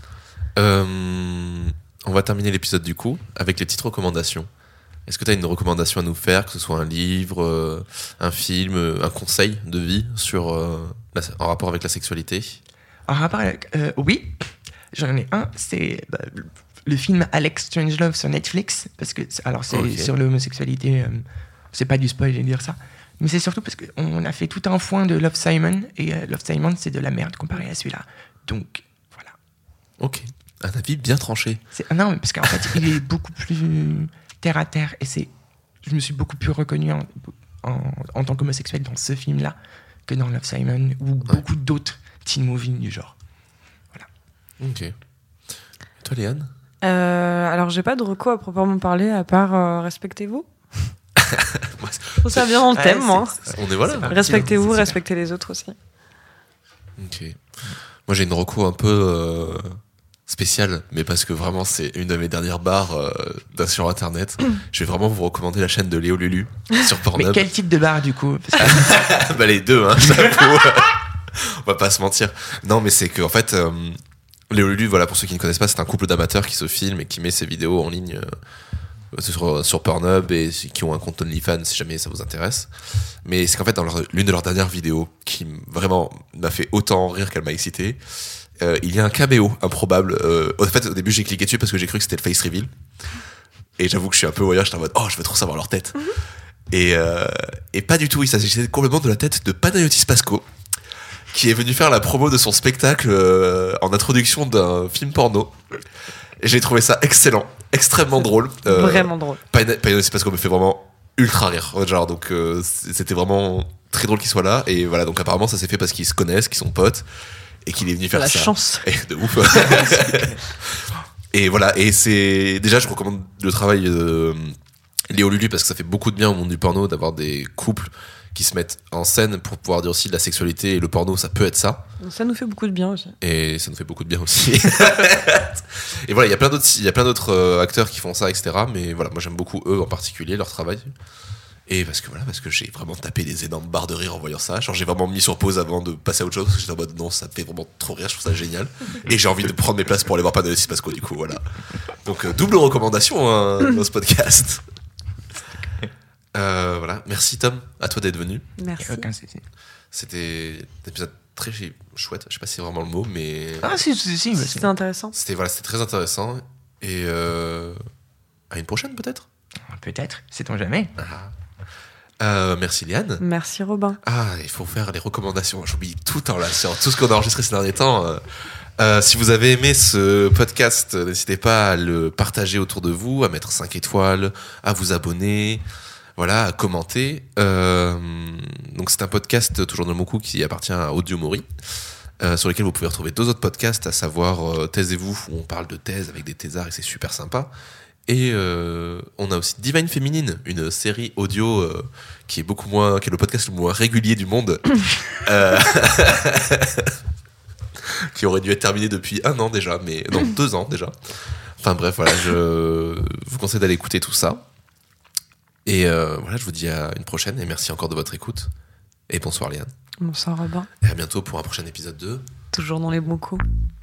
Speaker 1: Euh, on va terminer l'épisode du coup avec les petites recommandations. Est-ce que tu as une recommandation à nous faire, que ce soit un livre, euh, un film, euh, un conseil de vie sur, euh, la, en rapport avec la sexualité?
Speaker 3: En rapport avec... Euh, oui, j'en ai un, c'est bah, le film Alex Strangelove sur Netflix, parce que, alors c'est
Speaker 1: Okay.
Speaker 3: sur l'homosexualité, euh, c'est pas du spoil, je vais dire ça, mais c'est surtout parce qu'on a fait tout un foin de Love Simon, et euh, Love Simon, c'est de la merde comparé à celui-là. Donc, voilà.
Speaker 1: Ok. Un avis bien tranché.
Speaker 3: C'est, ah non, parce qu'en fait, il est beaucoup plus terre à terre, et c'est, je me suis beaucoup plus reconnu en, en, en tant qu'homosexuel dans ce film-là que dans Love Simon, ou
Speaker 1: Ouais.
Speaker 3: beaucoup d'autres teen movies du genre.
Speaker 1: Ok. Et toi, Léane?
Speaker 2: Euh, alors, j'ai pas de reco à proprement parler, à part euh, respectez-vous. Je trouve ça bien dans le
Speaker 3: Ouais,
Speaker 2: thème,
Speaker 3: c'est-
Speaker 2: moi.
Speaker 3: c'est-
Speaker 1: On est voilà.
Speaker 3: c'est pas-
Speaker 2: Respectez-vous,
Speaker 3: c'est super.
Speaker 2: respectez les autres aussi.
Speaker 1: Ok. Moi, j'ai une reco un peu euh, spéciale, mais parce que vraiment, c'est une de mes dernières barres euh, d'un- sur Internet. Je vais vraiment vous recommander la chaîne de Léo Lulu sur
Speaker 3: Mais
Speaker 1: Pornhub.
Speaker 3: quel type de bar du coup? Parce que-
Speaker 1: Bah, les deux, hein, j'avoue. On va pas se mentir. Non, mais c'est que, en fait, euh, Léo Lulu, voilà, pour ceux qui ne connaissent pas, c'est un couple d'amateurs qui se filme et qui met ses vidéos en ligne euh, sur, sur Pornhub et qui ont un compte OnlyFans si jamais ça vous intéresse. Mais c'est qu'en fait, dans leur- l'une de leurs dernières vidéos, qui m- vraiment m'a fait autant rire qu'elle m'a excité, euh, il y a un caméo improbable. Euh, en fait, au début, j'ai cliqué dessus parce que j'ai cru que c'était le face reveal. Et j'avoue que je suis un peu voyeur, j'étais en mode, oh, je veux trop savoir leur tête. Et, euh, et pas du tout, il s'agissait complètement de la tête de Panayotis Pasco, qui est venu faire la promo de son spectacle euh, en introduction d'un film porno. Et j'ai trouvé ça excellent, extrêmement drôle. Euh,
Speaker 2: Vraiment drôle.
Speaker 1: Pana- Panayotis Pasco me fait vraiment ultra rire. Genre, donc euh, c'était vraiment très drôle qu'il soit là. Et voilà, donc apparemment ça s'est fait parce qu'ils se connaissent, qu'ils sont potes, et qu'il est venu faire
Speaker 2: La
Speaker 1: ça.
Speaker 2: chance.
Speaker 1: Et de ouf. Et voilà, et c'est déjà je recommande le travail de Léo Lulu parce que ça fait beaucoup de bien au monde du porno d'avoir des couples qui se mettent en scène pour pouvoir dire aussi de la sexualité, et le porno ça peut être ça,
Speaker 2: Ça nous fait beaucoup de bien aussi.
Speaker 1: et ça nous fait beaucoup de bien aussi. Et voilà, il y a plein d'autres il y a plein d'autres euh, acteurs qui font ça, etc. Mais voilà, moi j'aime beaucoup eux en particulier, leur travail. Et parce que voilà, parce que j'ai vraiment tapé des énormes barres de rire en voyant ça. Genre j'ai vraiment mis sur pause avant de passer à autre chose parce que j'étais en mode non, ça me fait vraiment trop rire, je trouve ça génial. Et j'ai envie de prendre mes places pour aller voir Panayotis Pasco du coup, voilà. Donc euh, double recommandation hein, dans ce podcast. Euh, voilà, merci Tom, à toi d'être venu.
Speaker 2: Merci.
Speaker 3: Aucun souci.
Speaker 1: C'était un épisode très chouette, je sais pas si c'est vraiment le mot, mais
Speaker 3: Ah si, si, si. bah,
Speaker 2: C'était intéressant.
Speaker 1: c'était voilà, c'était très intéressant. Et euh, à une prochaine peut-être.
Speaker 3: c'est- Peut-être, sait-on jamais.
Speaker 1: Ah. Euh, merci Léane.
Speaker 2: Merci Robin.
Speaker 1: Ah, il faut faire les recommandations. J'oublie tout le temps là sur tout ce qu'on a enregistré ces derniers temps. Euh, euh, si vous avez aimé ce podcast, n'hésitez pas à le partager autour de vous, à mettre cinq étoiles, à vous abonner, voilà, à commenter. Euh, donc c'est un podcast toujours dans le Moku qui appartient à Audiomori, euh, sur lequel vous pouvez retrouver deux autres podcasts, à savoir euh, Taisez-vous, où on parle de thèse avec des thésards et c'est super sympa. Et euh, on a aussi Divine Féminine, une série audio euh, qui est beaucoup moins, qui est le podcast le moins régulier du monde, euh, qui aurait dû être terminé depuis un an déjà, mais non, deux ans déjà. Enfin bref, voilà, je vous conseille d'aller écouter tout ça. Et euh, voilà, je vous dis à une prochaine et merci encore de votre écoute. Et bonsoir Léane.
Speaker 2: Bonsoir Robin.
Speaker 1: Et à bientôt pour un prochain épisode de...
Speaker 2: Toujours dans les bons coups.